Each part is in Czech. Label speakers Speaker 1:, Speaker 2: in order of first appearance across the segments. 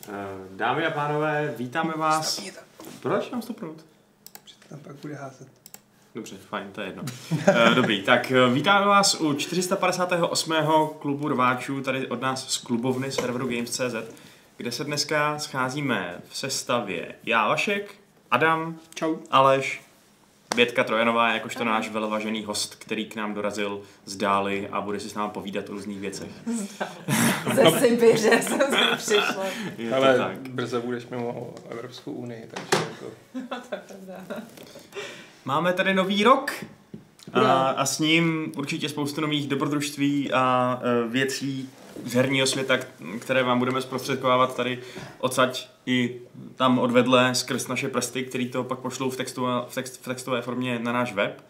Speaker 1: Dámy a pánové, vítáme vás. Proč mám stopnout?
Speaker 2: Tam pak bude házet.
Speaker 1: Dobře, fajn, to je jedno. Dobrý, tak vítáme vás u 458. klubu rváčů, tady od nás z klubovny serveru Games.cz, kde se dneska scházíme v sestavě já, Vašek, Adam,
Speaker 2: čau,
Speaker 1: Aleš, Bětka Trojanová, jakožto náš velvažený host, který k nám dorazil z dály a bude si s námi povídat o různých věcech.
Speaker 3: Ze Sibiře jsem se přišla.
Speaker 2: Ale tak. Brzo budeš mimo Evropskou unii, takže jako...
Speaker 3: No, to je pravda.
Speaker 1: Máme tady nový rok a s ním určitě spoustu nových dobrodružství a věcí z herního světa, které vám budeme zprostředkovávat tady odsaď i tam odvedle skrz naše prsty, který to pak pošlou v textové formě na náš web.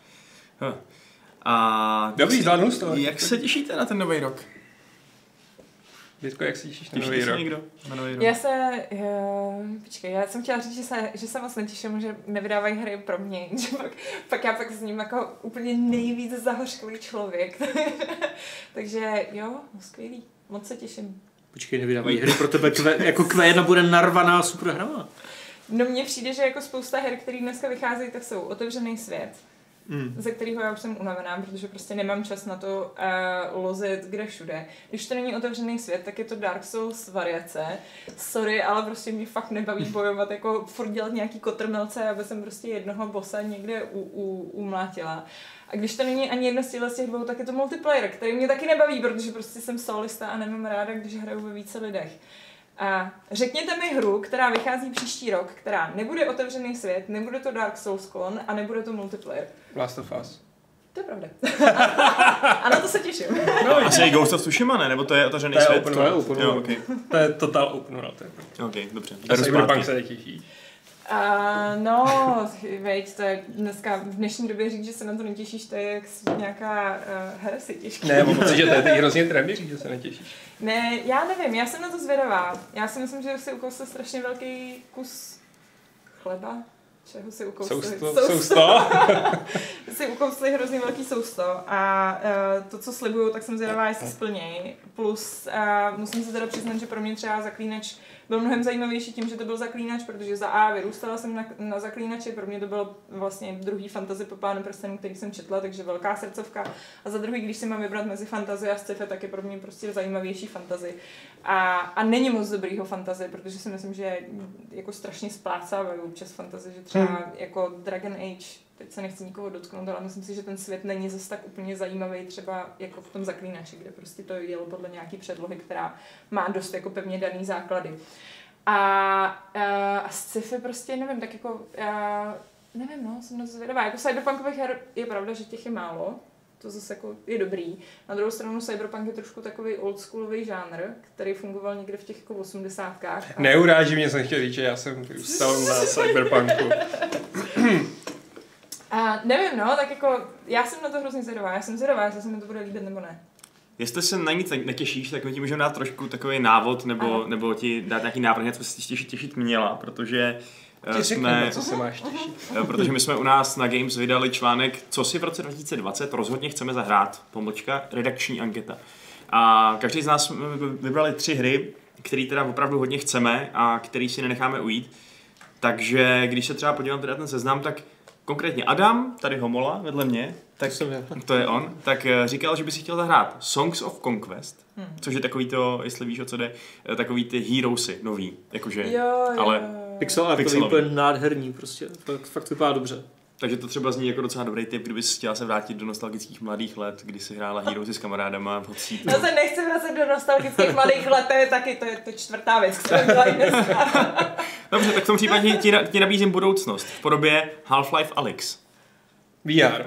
Speaker 1: A
Speaker 2: dobrý, zvládnu z toho.
Speaker 1: Jak se těšíte na ten nový rok?
Speaker 2: Bětko, jak se těšíš na nový rok?
Speaker 1: Někdo na nový rok?
Speaker 3: Já jsem chtěla říct, že se moc netěším, že nevydávají hry pro mě, že pak já s ním jako úplně nejvíc zahořklý člověk. Takže jo, skvělý, moc se těším.
Speaker 4: Počkej, nevydávají hry pro tebe, jako Q1 bude narvaná super hra.
Speaker 3: No mně přijde, že jako spousta her, které dneska vycházejí, tak jsou otevřený svět. Ze kterého já už jsem unavená, protože prostě nemám čas na to lozit kde všude. Když to není otevřený svět, tak je to Dark Souls variace. Sorry, ale prostě mě fakt nebaví bojovat, jako furt dělat nějaký kotrmelce, aby jsem prostě jednoho bossa někde umlátila. A když to není ani jedno z těch dvou, tak je to multiplayer, který mě taky nebaví, protože prostě jsem solista a nemám ráda, když hraju ve více lidech. A řekněte mi hru, která vychází příští rok, která nebude otevřený svět, nebude to Dark Souls Con a nebude to multiplayer.
Speaker 2: Last of Us.
Speaker 3: To je pravda. A na to se těším.
Speaker 1: No, asi i Ghost of Tsushima, ne? Nebo to je otevřený svět?
Speaker 2: To je open world.
Speaker 1: Okay.
Speaker 2: To je total open world.
Speaker 1: Ok, dobře.
Speaker 2: A Cyberpunk se netěší.
Speaker 3: No, veď, to je dneska v dnešní době říct, že se na to netěšíš, to je jak nějaká heresy těžká.
Speaker 2: Ne, mám pocit, že to je teď hrozně trendy říct, že se netěšíš.
Speaker 3: Ne, já nevím, já jsem na to zvědavá. Já si myslím, že si ukousl strašně velký kus chleba. Čeho si ukousli?
Speaker 2: Sousto.
Speaker 3: Si ukousli hrozně velký sousto a to, co slibuju, tak jsem zvědavá, jestli splněj. Plus musím se teda přiznat, že pro mě třeba Zaklínač byl mnohem zajímavější tím, že to byl Zaklínač, protože za A vyrůstala jsem na Zaklínači, pro mě to bylo vlastně druhý fantasy po Pánu prstenů, který jsem četla, takže velká srdcovka. A za druhý, když si mám vybrat mezi fantasy a sci-fi, tak je pro mě prostě zajímavější fantasy. A není moc dobrýho fantasy, protože si myslím, že jako strašně splácávají občas fantasy, že třeba jako Dragon Age, teď se nechci nikoho dotknout, ale myslím si, že ten svět není zase tak úplně zajímavý třeba jako v tom Zaklínači, kde prostě to jelo podle nějaký předlohy, která má dost jako pevně daný základy. A sci-fi prostě nevím, tak jako nevím, no, jsem na to zvědavá. Jako cyberpunkových her je pravda, že těch je málo, to zase jako je dobrý. Na druhou stranu cyberpunk je trošku takový oldschoolový žánr, který fungoval někde v těch jako 80kách.
Speaker 2: Neuráží mě, jsem chtěl říct, že já jsem vyrůstal na cyberpunku.
Speaker 3: A nevím, no, tak jako já jsem na to hrozně zvědavá. Já jsem zvědavá, jestli se mi to bude líbit nebo ne.
Speaker 1: Jestli se na nic netěšíš, tak my ti můžeme dát trošku takový návod, nebo ti dát nějaký návrh, co se těšit měla, protože
Speaker 2: co se máš těšit.
Speaker 1: Protože my jsme u nás na Games vydali článek, co si v roce 2020 rozhodně chceme zahrát, redakční anketa. A každý z nás vybrali 3 hry, které teda opravdu hodně chceme a který si nenecháme ujít. Takže když se třeba podívám teda ten seznam, tak konkrétně Adam, tady Homola vedle mě, tak to je on, tak říkal, že by si chtěl zahrát Songs of Conquest, což je takový to, jestli víš, o co jde, takový ty Heroesy nový, jakože,
Speaker 3: jo.
Speaker 1: ale
Speaker 4: pixel art to je úplně nádherný, prostě, fakt vypadá dobře.
Speaker 1: Takže to třeba zní jako docela dobrý tip, kdybys chtěla se vrátit do nostalgických mladých let, kdy si hrála Heroesy s kamarádama v Hotseatu.
Speaker 3: Já se nechci vracet do nostalgických mladých let, to je taky, to je čtvrtá věc, kterou byla dneska.
Speaker 1: Dobře, tak v tom případě ti nabízím budoucnost v podobě Half-Life Alyx.
Speaker 2: VR.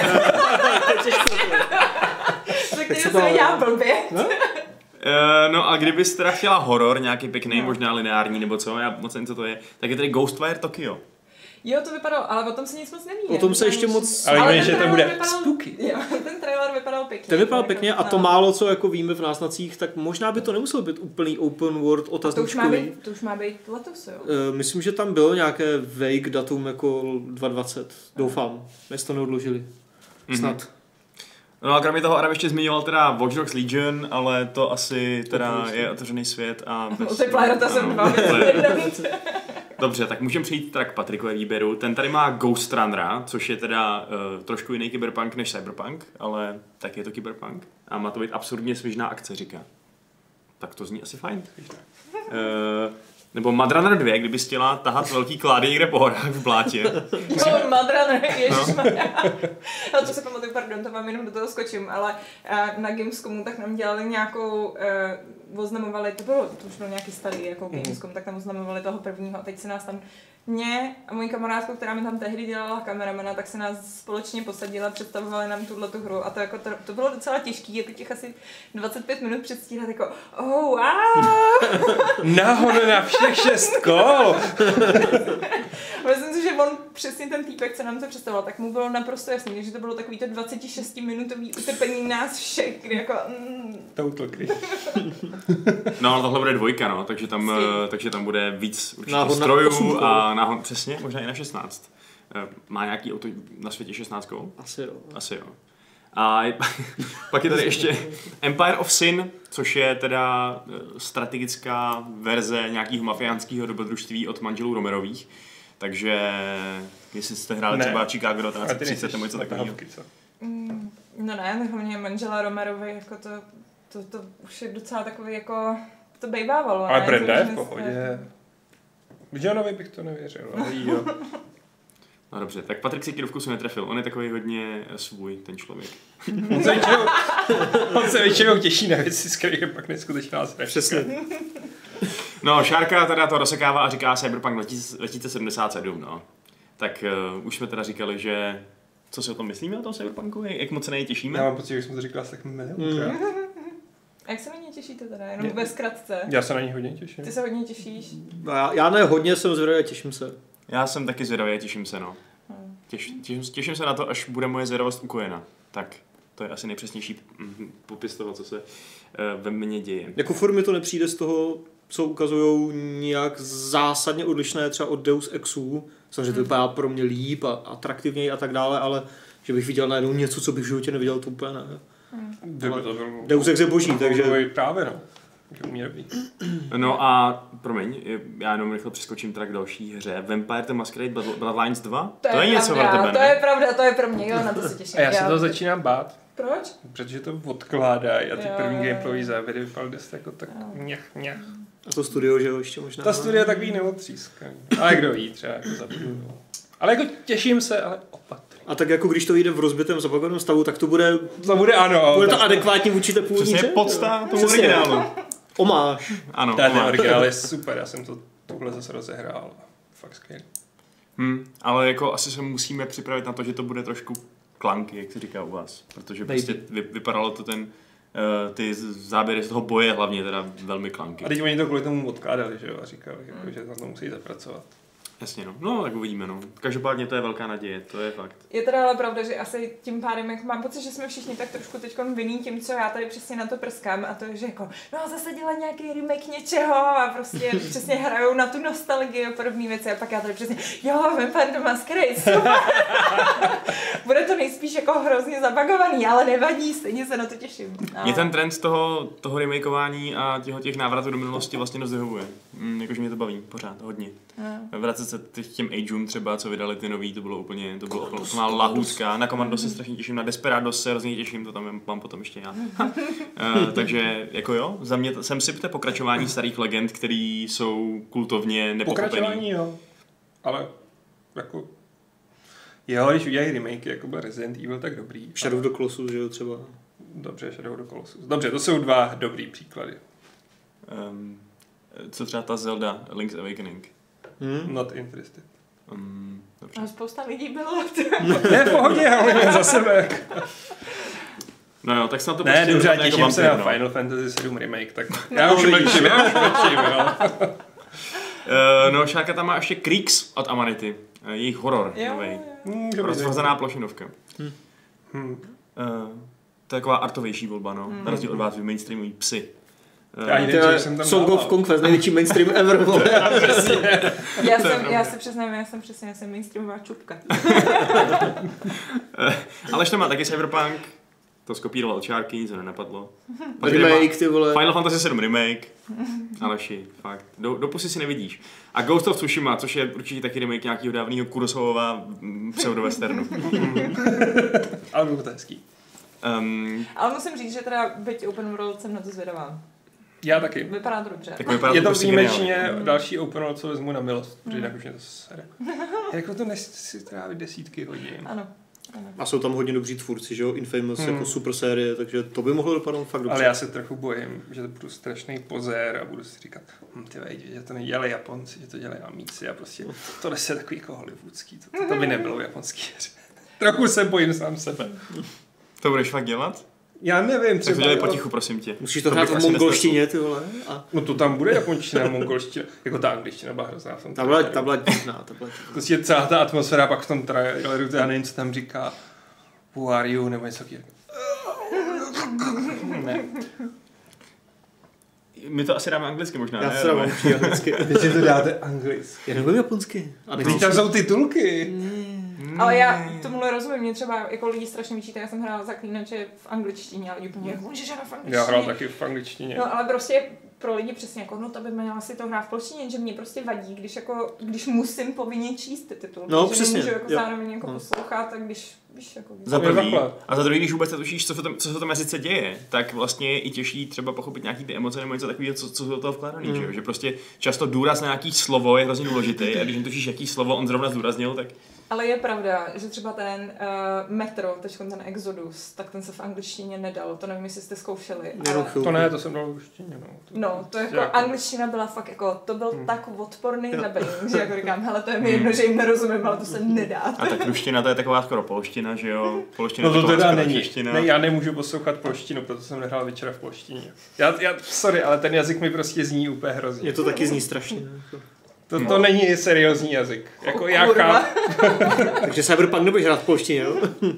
Speaker 3: Se kterým se nedělám blbě.
Speaker 1: No a kdybys teda chtěla horor, nějaký pěkný, možná lineární nebo co, já moc nevím, co to je, tak je tady Ghostwire Tokyo.
Speaker 3: Jo, to vypadalo, ale o tom se nic moc neví.
Speaker 4: O tom se ještě moc...
Speaker 2: Ale vím, že to bude spooky.
Speaker 3: Jo, ten trailer vypadal pěkně.
Speaker 4: Ten vypadal pěkně a to málo, co jako víme v náznacích, tak možná by to nemuselo být úplný open world otazníčkový.
Speaker 3: To už má být letos, jo?
Speaker 4: Myslím, že tam bylo nějaké vague datum jako 2020. Doufám, než to neodložili. Snad.
Speaker 1: No a kromě toho Adam ještě zmiňoval teda Watch Dogs Legion, ale to asi teda je otevřený svět a...
Speaker 3: Multiplayer, jsem dva věci.
Speaker 1: Dobře, tak můžeme přejít teda k Patrikové výběru. Ten tady má Ghost Runnera, což je teda trošku jiný kyberpunk než cyberpunk, ale tak je to kyberpunk. A má to být absurdně svěžná akce, říká. Tak to zní asi fajn. Nebo Mad Runner 2, kdyby chtěla tahat velký klády někde po horách v blátě.
Speaker 3: No, Mad Runner, ježišmarja. Ale to se pamatuju, pardon, to vám jenom do toho skočím, ale na Gamescomu tak nám dělali nějakou, oznamovali, to už bylo nějaký starý jako Gamescom, tak tam oznamovali toho prvního a teď se nás tam mě a mojí kamarádku, která mi tam tehdy dělala kameramana, tak se nás společně posadila, představovali nám tuhle hru a to, jako to bylo docela těžký, jako těch asi 25 minut předstírat jako oh wow.
Speaker 2: Nahoře na všech 6 kol!
Speaker 3: Myslím si, že on přesně ten týpek, co nám to představoval, tak mu bylo naprosto jasný, že to bylo takový to 26-minutový utrpení nás všech, kdy jako...
Speaker 2: Total cringe.
Speaker 1: No, tohle bude 2, no, takže tam bude víc určitě strojů a náhon, přesně, možná i na 16. Má nějaký auto na světě 16 kol? Asi jo. A pak je tady ještě Empire of Sin, což je teda strategická verze nějakého mafiánského dobrodružství od manželů Romerových. Takže jestli jste hráli třeba Chicago 1930 nebo něco takového.
Speaker 3: No ne, hlavně manžela Romerovi, jako to už je docela takový jako, to bejvávalo.
Speaker 2: Ale Brenda je v pohodě. Johnovi bych to nevěřil, ale jo.
Speaker 1: No dobře, tak Patrik si v kusu netrefil, on je takový hodně svůj, ten člověk.
Speaker 2: On se většinou těší na věci, z kterých je pak neskutečná sračka.
Speaker 4: Přesně.
Speaker 1: No, Šárka teda to rozsekává a říká Cyberpunk 2077, no. Tak už jsme teda říkali, že... Co si o tom myslíme, o tom Cyberpunku? Jak moc se na něj těšíme?
Speaker 2: Já mám pocit, že jsme to říkali asi tak milionkrát.
Speaker 3: Jak se na něj těšíte teda? Jenom ve zkratce.
Speaker 2: Já se na něj hodně těším.
Speaker 3: Ty se hodně těšíš?
Speaker 4: Já ne, hodně jsem zvědavý a těším se.
Speaker 1: Já jsem taky zvědavý a těším se, no. Těším se na to, až bude moje zvědavost ukojena. Tak, to je asi nejpřesnější popis toho, co se ve mně děje.
Speaker 4: Jako furt mi to nepřijde z toho, co ukazujou nějak zásadně odlišné třeba od Deus Exů. Samozřejmě to vypadá pro mě líp a atraktivněji a tak dále, ale že bych viděl najednou něco, co bych v životě neviděl, to úplně ne. Deus Ex je boží, takže...
Speaker 2: Právě no.
Speaker 1: No a promiň, já jenom rychle přeskočím teda k další hře. Vampire the Masquerade Bloodlines 2? To je něco pro tebe,
Speaker 3: to je pravda, to je pro mě, jo, na to se těším.
Speaker 2: A já se to začínám bát.
Speaker 3: Proč?
Speaker 2: Protože to odkládají a ty první gameplayové závěry vypadaly dost jako tak něch.
Speaker 4: A to studio, že jo, ještě možná.
Speaker 2: Ta studia takový neotřískaný. Ale kdo ví, třeba jako zabudu. Ale jako těším se, ale opatrně.
Speaker 4: A tak jako když to vyjde v rozbitém zabagovaném stavu, tak to bude...
Speaker 2: To bude ano.
Speaker 4: Bude to adekvátní vůči té původní.
Speaker 1: Přesně podsta tomu originálu.
Speaker 4: Omáš.
Speaker 1: Ano,
Speaker 2: ten originál je super, já jsem tohle zase rozehrál. Fakt skvělý.
Speaker 1: Ale jako asi se musíme připravit na to, že to bude trošku klanky, jak se říká u vás. Protože prostě vypadalo to ty záběry z toho boje hlavně teda velmi klanky.
Speaker 2: A teď oni to kvůli tomu odkládali, že jo, a říkali, jako, že na to musí zapracovat.
Speaker 1: Jasně, no. No, tak uvidíme, no. Každopádně to je velká naděje, to je fakt.
Speaker 3: Je teda ale pravda, že asi tím pádem, jako mám pocit, že jsme všichni tak trošku teďkon vinní tím, co já tady přesně na to prskám a to je, že jako, no zase dělají nějaký remake něčeho a prostě přesně hrajou na tu nostalgii a podobné věci a pak já tady přesně, jo, Vampire the Masquerade, super. Bude to nejspíš jako hrozně zabagovaný, ale nevadí, stejně se na to těším.
Speaker 1: Mě ten trend toho remakeování a těch návratů do minulosti vlastně dost vyhovuje. Jakože mě to baví pořád, hodně. Vracet se těm Ageům třeba, co vydali ty nový, to bylo úplně lahůdka. Na Commando se strašně těším, na Desperados se hrozně těším, to tam mám potom ještě já. Takže jako jo, za mě jsem si v té pokračování starých legend, který jsou kultovně nepochopený.
Speaker 2: Pokračování jo, ale jako... Jo, když udělají remake, jako byl Resident Evil, tak dobrý.
Speaker 4: Shadow of the Colossus, že jo, třeba.
Speaker 2: Dobře, Shadow of the Colossus. Dobře, to jsou dva dobrý příklady.
Speaker 1: Co třeba ta Zelda, Link's Awakening?
Speaker 2: Not interested.
Speaker 1: Dobře.
Speaker 3: A spousta lidí bylo.
Speaker 2: Ne, v pohodě, ale za sebe.
Speaker 1: No jo, tak snad to
Speaker 2: ne, dobře, těším
Speaker 1: jako
Speaker 2: se na Final Fantasy 7 remake, tak já už mlčím,
Speaker 1: No, Šárka tam má ještě Creeks od Amanity, jejich horor novej. Rozvazaná plošinovka. To je taková artovější volba, no. Na rozdíl od vás, vy mainstreamový psy.
Speaker 4: Song of Conquest, největší mainstream ever.
Speaker 3: Já se přiznám, já jsem mainstreamová čupka.
Speaker 1: Aleš to má taky Cyberpunk, To skopíroval od čárky, nic ho nenapadlo.
Speaker 4: Remake, ty vole.
Speaker 1: Final Fantasy 7 remake. Aleši, fakt. Do pusy si nevidíš. A Ghost of Tsushima, což je určitě taky remake nějakého dávného Kurosawova pseudowesternu.
Speaker 2: Ale bylo to hezký.
Speaker 3: Ale musím říct, že teda byť open world jsem na to zvědavá.
Speaker 2: Já taky.
Speaker 3: Vypadá to dobře.
Speaker 2: Je to výjimečně další open world, co vezmu na milost, protože jinak už mě to sere. Jako to nechci trávit desítky hodin.
Speaker 3: Ano.
Speaker 4: A jsou tam hodně dobří tvůrci, že jo? Infamous jako super série, takže to by mohlo dopadnout fakt dobře.
Speaker 2: Ale já se trochu bojím, že to budu strašný pozér a budu si říkat, ty vejdi, že to nedělají Japonci, že to dělají Amíci a prostě to je takový jako hollywoodský, to by nebylo v japonský hře. Trochu se bojím sám sebe.
Speaker 1: To budeš fakt dělat?
Speaker 2: Já nevím,
Speaker 1: třeba. Tak to dělej potichu, prosím tě.
Speaker 4: Musíš to hrát v mongolštině, ty vole.
Speaker 2: No to tam bude japonština, mongolština, jako ta angličtina byla hrozná.
Speaker 4: Ta byla divná.
Speaker 2: Prostě celá ta atmosféra pak v tom traileru, já nevím, co tam říká, who are you, nebo něco takového. Ne.
Speaker 1: My to asi dáme anglicky možná,
Speaker 4: já
Speaker 1: ne?
Speaker 4: Já se dám anglicky.
Speaker 2: Teď to dáte anglicky.
Speaker 4: Já nevím japonsky.
Speaker 2: Teď tam jsou titulky.
Speaker 3: Ale já tomuhle rozumím, mě třeba jako lidi strašně vyčítají, já jsem hrála Zaklínače v angličtině, ale lidi úplně můžeš hrát v angličtině.
Speaker 2: Já hrál taky v angličtině.
Speaker 3: No ale prostě pro lidi přesně jako, no to by měla si to hrát v polštině, že mě prostě vadí, když musím povinně číst ty tituly.
Speaker 4: No
Speaker 3: že
Speaker 4: přesně.
Speaker 3: nemůžu jako zároveň jako poslouchat, tak když víš jako...
Speaker 1: Za první. A za druhý, když vůbec netušíš, co se v tom jazyce děje, tak vlastně je i těžší třeba pochopit nějaký ty emoce nebo něco takového, co do toho vkládaný, že prostě často důraz na nějaký slovo je hrozně důležitý a když netušíš, jaký slovo on zrovna zdůraznil, tak...
Speaker 3: Ale je pravda, že třeba ten Metro, teď ten Exodus, tak ten se v angličtině nedal, to nevím, jestli jste zkoušeli. Ale...
Speaker 2: To ne, to jsem dal v angličtině, no.
Speaker 3: No, to jako angličtina byla fakt jako, to byl tak odporný dubbing, že jako říkám, hele, to je mi jedno, že jim nerozumím, ale to se nedá. A
Speaker 1: tak ruština, to je taková skoro polština, že jo? Polština
Speaker 2: no to teda není. Ne, já nemůžu poslouchat polštinu, proto jsem nehrál večera v polštině. Sorry, ale ten jazyk mi prostě zní úplně hrozně.
Speaker 4: Je to taky zní strašně.
Speaker 2: To není seriózní jazyk. Jako já chápu.
Speaker 4: Takže Cyberpunk nebudeš hrát v polštině, jo?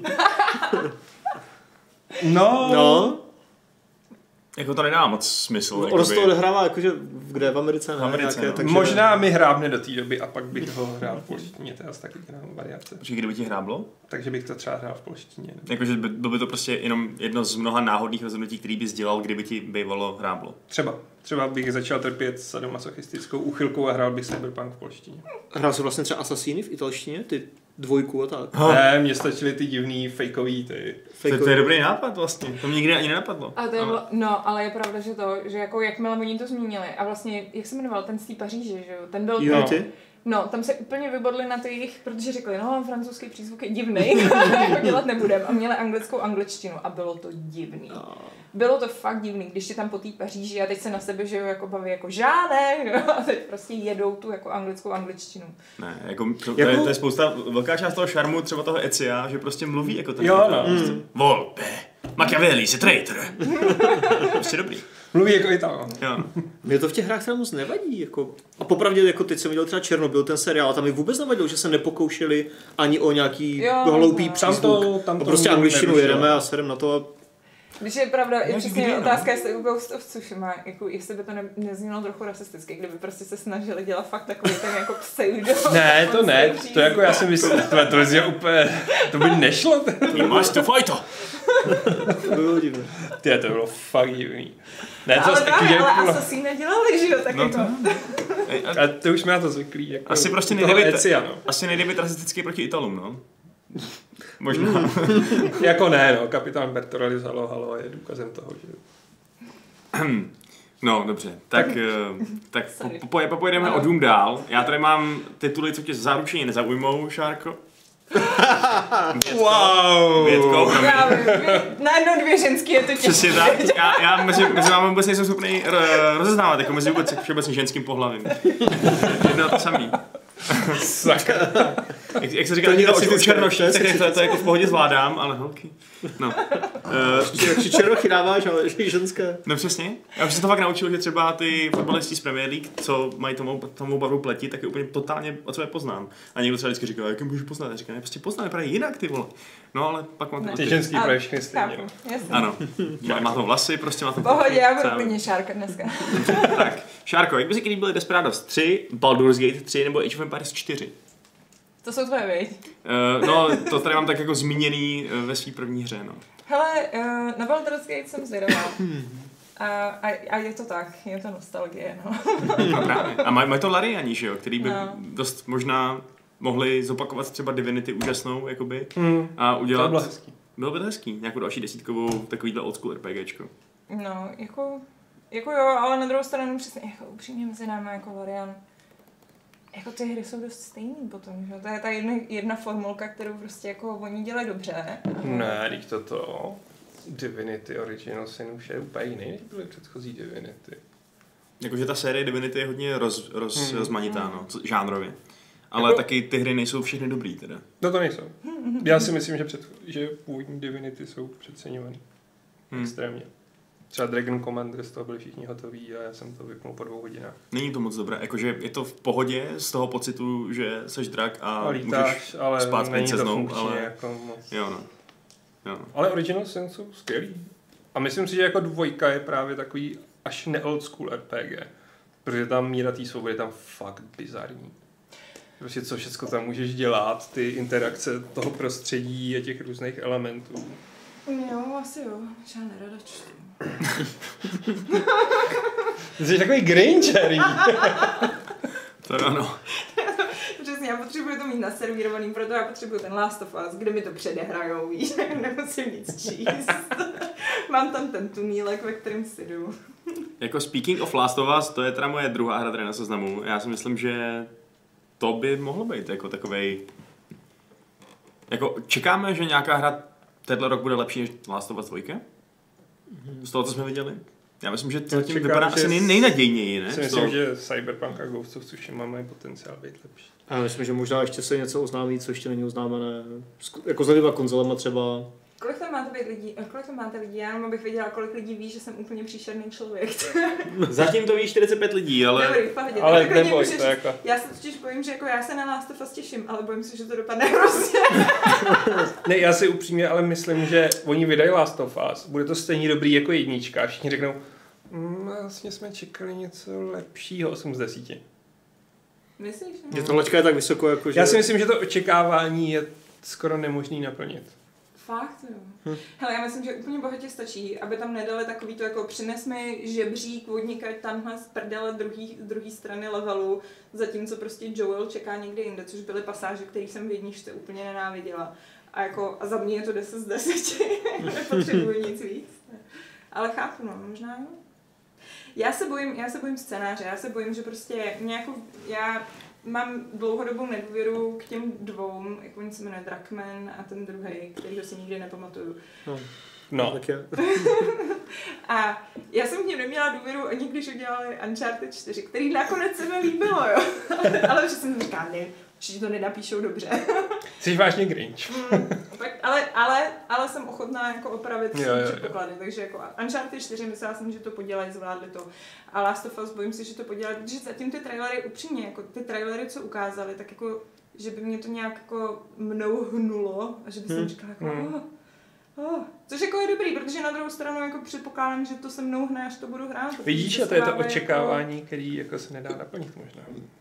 Speaker 2: No.
Speaker 1: Jako to nedá moc smysl.
Speaker 4: On to odehrává jakože kde v Americe, ne?
Speaker 1: V Americe,
Speaker 4: nějaké,
Speaker 1: no.
Speaker 4: takže...
Speaker 2: Možná mi hrábne do té doby a pak bych ho hrál v polštině, to je asi taky variace.
Speaker 1: Počkej, kdyby ti hráblo?
Speaker 2: Takže bych to třeba hrál v polštině. Ne?
Speaker 1: Jakože byl by to prostě jenom jedno z mnoha náhodných rozhodnutí, který bys dělal, kdyby ti bývalo hráblo.
Speaker 2: Třeba bych začal trpět sadomasochistickou úchylkou a hrál bych Cyberpunk v polštině.
Speaker 4: Hrál jsi vlastně třeba Assassiny v italštině? Ty 2 a tak?
Speaker 2: Ne, mně stačily ty divný fejkový ty.
Speaker 1: To je dobrý nápad vlastně, to mě nikdy ani nenapadlo.
Speaker 3: A to je no, ale je pravda, že jako jakmile oni to zmínili a vlastně, jak se jmenoval, ten z té Paříže, že jo, ten byl...
Speaker 4: Unity?
Speaker 3: No, tam se úplně vybodli na to jejich, protože řekli, no, francouzský přízvuk je divný, to dělat nebudem. A měli anglickou angličtinu a bylo to divný. Bylo to fakt divný, když je tam po té Paříži a teď se na sebe, že jo, jako baví jako žádné, jo, a teď prostě jedou tu jako anglickou angličtinu.
Speaker 1: Ne, jako to je spousta, velká část toho šarmu třeba toho Ezia, že prostě mluví jako ten.
Speaker 2: Jo, no.
Speaker 1: Volpe, Machiavelli, se traitor. Prostě dobrý.
Speaker 2: Mluví jako Ital.
Speaker 4: Mě to v těch hrách třeba moc nevadí. Jako. A popravdě, jako teď jsem viděl třeba Černobyl, ten seriál, a tam mi vůbec nevadilo, že se nepokoušeli ani o nějaký hloupý přízvuk. Tam to prostě angličtinu jedeme a sedem na to a...
Speaker 3: Když je pravda, je přesně otázka, jestli u Ghost of Tsushima, jako jestli by to neznělo trochu rasisticky, kdyby prostě se snažili dělat fakt takový ten jako pseudo.
Speaker 2: Ne, to ne, to jako já si myslím, to je úplně, to by nešlo.
Speaker 1: You must fight to.
Speaker 4: To bylo divné.
Speaker 2: To bylo fakt divný.
Speaker 3: Ne, to ale Assassini nedělali, že jo, tak jako.
Speaker 2: A to už má to zvyklý, jako
Speaker 1: asi prostě nejde být rasistický proti Italům, no. Možná.
Speaker 2: Jako ne, no, kapitán Bertorelli z Halo je důkazem toho, že...
Speaker 1: No, dobře, tak pojedeme o dům dál. Já tady mám tituly, co tě zaručeně nezaujmou, Šárko. Větko,
Speaker 3: najednou 2 ženský je to těžké.
Speaker 1: Přesně tak, já mezi vámi vůbec nejsem schopný rozeznávat, jako mezi vůbec všeobecně ženským pohlavím. Jedno to samý. Jak se říká, o černoši, tak to jako v pohodě zvládám, ale holky. No.
Speaker 4: Jak černochy dáváš, ale ženské.
Speaker 1: No přesně. Já už jsem to fakt naučil, že třeba ty fotbalisti z Premier League, co mají tomu barvu pleti, tak je úplně totálně od sebe poznám. A někdo třeba vždycky říká, jak je můžu poznat? Já říkám, prostě poznám, vypadá jinak, ty vole. No ale pak mám
Speaker 2: ty ženský praví všechny stejně.
Speaker 1: Ano. Má to vlasy, prostě má to
Speaker 3: pohodě, já budu klidně Šárka dneska.
Speaker 1: Tak, Šárko, jak by si kdy byly Desperados 3, Baldur's Gate 3 nebo Age of Empires 4?
Speaker 3: To jsou tvoje, viď?
Speaker 1: No, to tady mám tak jako zmíněný ve své první hře, no.
Speaker 3: Hele, na Baldur's Gate jsem zvědavá. A je to tak, je to nostalgie, no.
Speaker 1: No právě. A mají to Lariani, že jo, který by dost možná mohli zopakovat třeba Divinity úžasnou, jakoby, a udělat...
Speaker 2: To bylo hezký.
Speaker 1: Bylo by to hezký, nějakou další desítkovou takovýhle old school RPGčko.
Speaker 3: No, jako jo, ale na druhou stranu přesně, jako upřímně mezi námi, jako Larian, jako ty hry jsou dost stejný potom, že? To je ta jedna formulka, kterou prostě jako oni dělají dobře.
Speaker 2: Ne, když toto Divinity Original Sin už je úplně jiný, než byly předchozí Divinity.
Speaker 1: Jakože ta série Divinity je hodně rozmanitá, no, žánrově. Ale taky ty hry nejsou všechny dobrý teda.
Speaker 2: No to nejsou. Já si myslím, že původní Divinity jsou přeceňovaný. Extrémně. Třeba Dragon Commander, z toho byli všichni hotoví a já jsem to vypnul po 2 hodinách.
Speaker 1: Není to moc dobré, jakože je to v pohodě z toho pocitu, že seš drak a
Speaker 2: lítáš,
Speaker 1: můžeš
Speaker 2: ale
Speaker 1: spát s princeznou,
Speaker 2: ale jako moc.
Speaker 1: Jo, no.
Speaker 2: Ale Original Sin jsou skvělý. A myslím si, že jako 2 je právě takový až ne-old school RPG. Protože tam míra té svobody je tam fakt bizarní. Prostě co všechno tam můžeš dělat, ty interakce toho prostředí a těch různých elementů.
Speaker 3: Jo, asi jo. Já nerada čtu.
Speaker 2: Jsi takový Grinchery.
Speaker 1: To ano.
Speaker 3: Přesně, já potřebuji to mít naservírovaný, proto já potřebuji ten Last of Us, kde mi to předehrajou, víš, nemusím nic číst. Mám tam ten tunílek, ve kterém si jdu.
Speaker 1: Jako speaking of Last of Us, to je teda moje druhá hra tady na seznamu. Já si myslím, že to by mohlo být jako takovej... Jako čekáme, že nějaká hra tenhle rok bude lepší než Last of Us 2? Z toho, co jsme viděli? Já myslím, že to tím vypadá asi nejnadějněji, ne?
Speaker 2: Myslím, že Cyberpunk a Ghost of Tsushima mají potenciál být lepší.
Speaker 4: A myslím, že možná ještě se něco oznámí, co ještě není oznámené. Jako s lidma konzolema třeba.
Speaker 3: Kolik tam máte lidí? Já jenom abych věděla, kolik lidí ví, že jsem úplně příšerný člověk.
Speaker 1: Zatím to ví 45 lidí, ale...
Speaker 3: Dobrý, v pohodě.
Speaker 2: Ale neboj, to jako...
Speaker 3: Já se totiž bojím, že jako já se na Last of Us těším, ale bojím se, že to dopadne hrozně.
Speaker 2: Ne, já si upřímně ale myslím, že oni vydají Last of Us. Bude to stejně dobrý jako 1. A všichni řeknou, vlastně jsme čekali něco lepšího 8 z 10.
Speaker 3: Myslíš?
Speaker 4: Že ta laťka je tak vysoko, jako že...
Speaker 2: Já si myslím, že to očekávání je skoro nemožný naplnit.
Speaker 3: Fakt, jo. Hele, já myslím, že úplně bohatě stačí, aby tam nedali takový to, jako přines mi žebřík vodníka tamhle z prdele druhý strany levelu, zatímco prostě Joel čeká někde jinde, což byly pasáže, které jsem v 1 úplně nenáviděla. A za mě je to 10 z 10, nepotřebuji nic víc. Ale chápu, no, možná jo. Já se bojím scénáře, já se bojím, že prostě já mám dlouhodobou nedůvěru k těm 2, jak oni se jmenuje Druckmann a ten druhý, kterýho si nikdy nepamatuju.
Speaker 2: No.
Speaker 4: Tak je.
Speaker 3: A já jsem k něm neměla důvěru ani když udělali Uncharted 4, který nakonec se mi líbilo, jo. Ale že jsem říkala, ne, že to nenapíšou dobře.
Speaker 2: Jsi vážně Grinch.
Speaker 3: Ale jsem ochotná jako opravit předpoklady, takže jako Uncharted 4 myslela jsem, že to podělají, zvládli to. A Last of Us bojím se, že to podělají, protože zatím ty trailery upřímně, jako ty trailery, co ukázali, tak jako, že by mě to nějak jako mnou hnulo a že by jsem říkala jako což jako je dobrý, protože na druhou stranu jako předpokládám, že to se mnou hne, až to budu hrát.
Speaker 2: Vidíš, a to je to očekávání, který jako se nedá naplnit možná.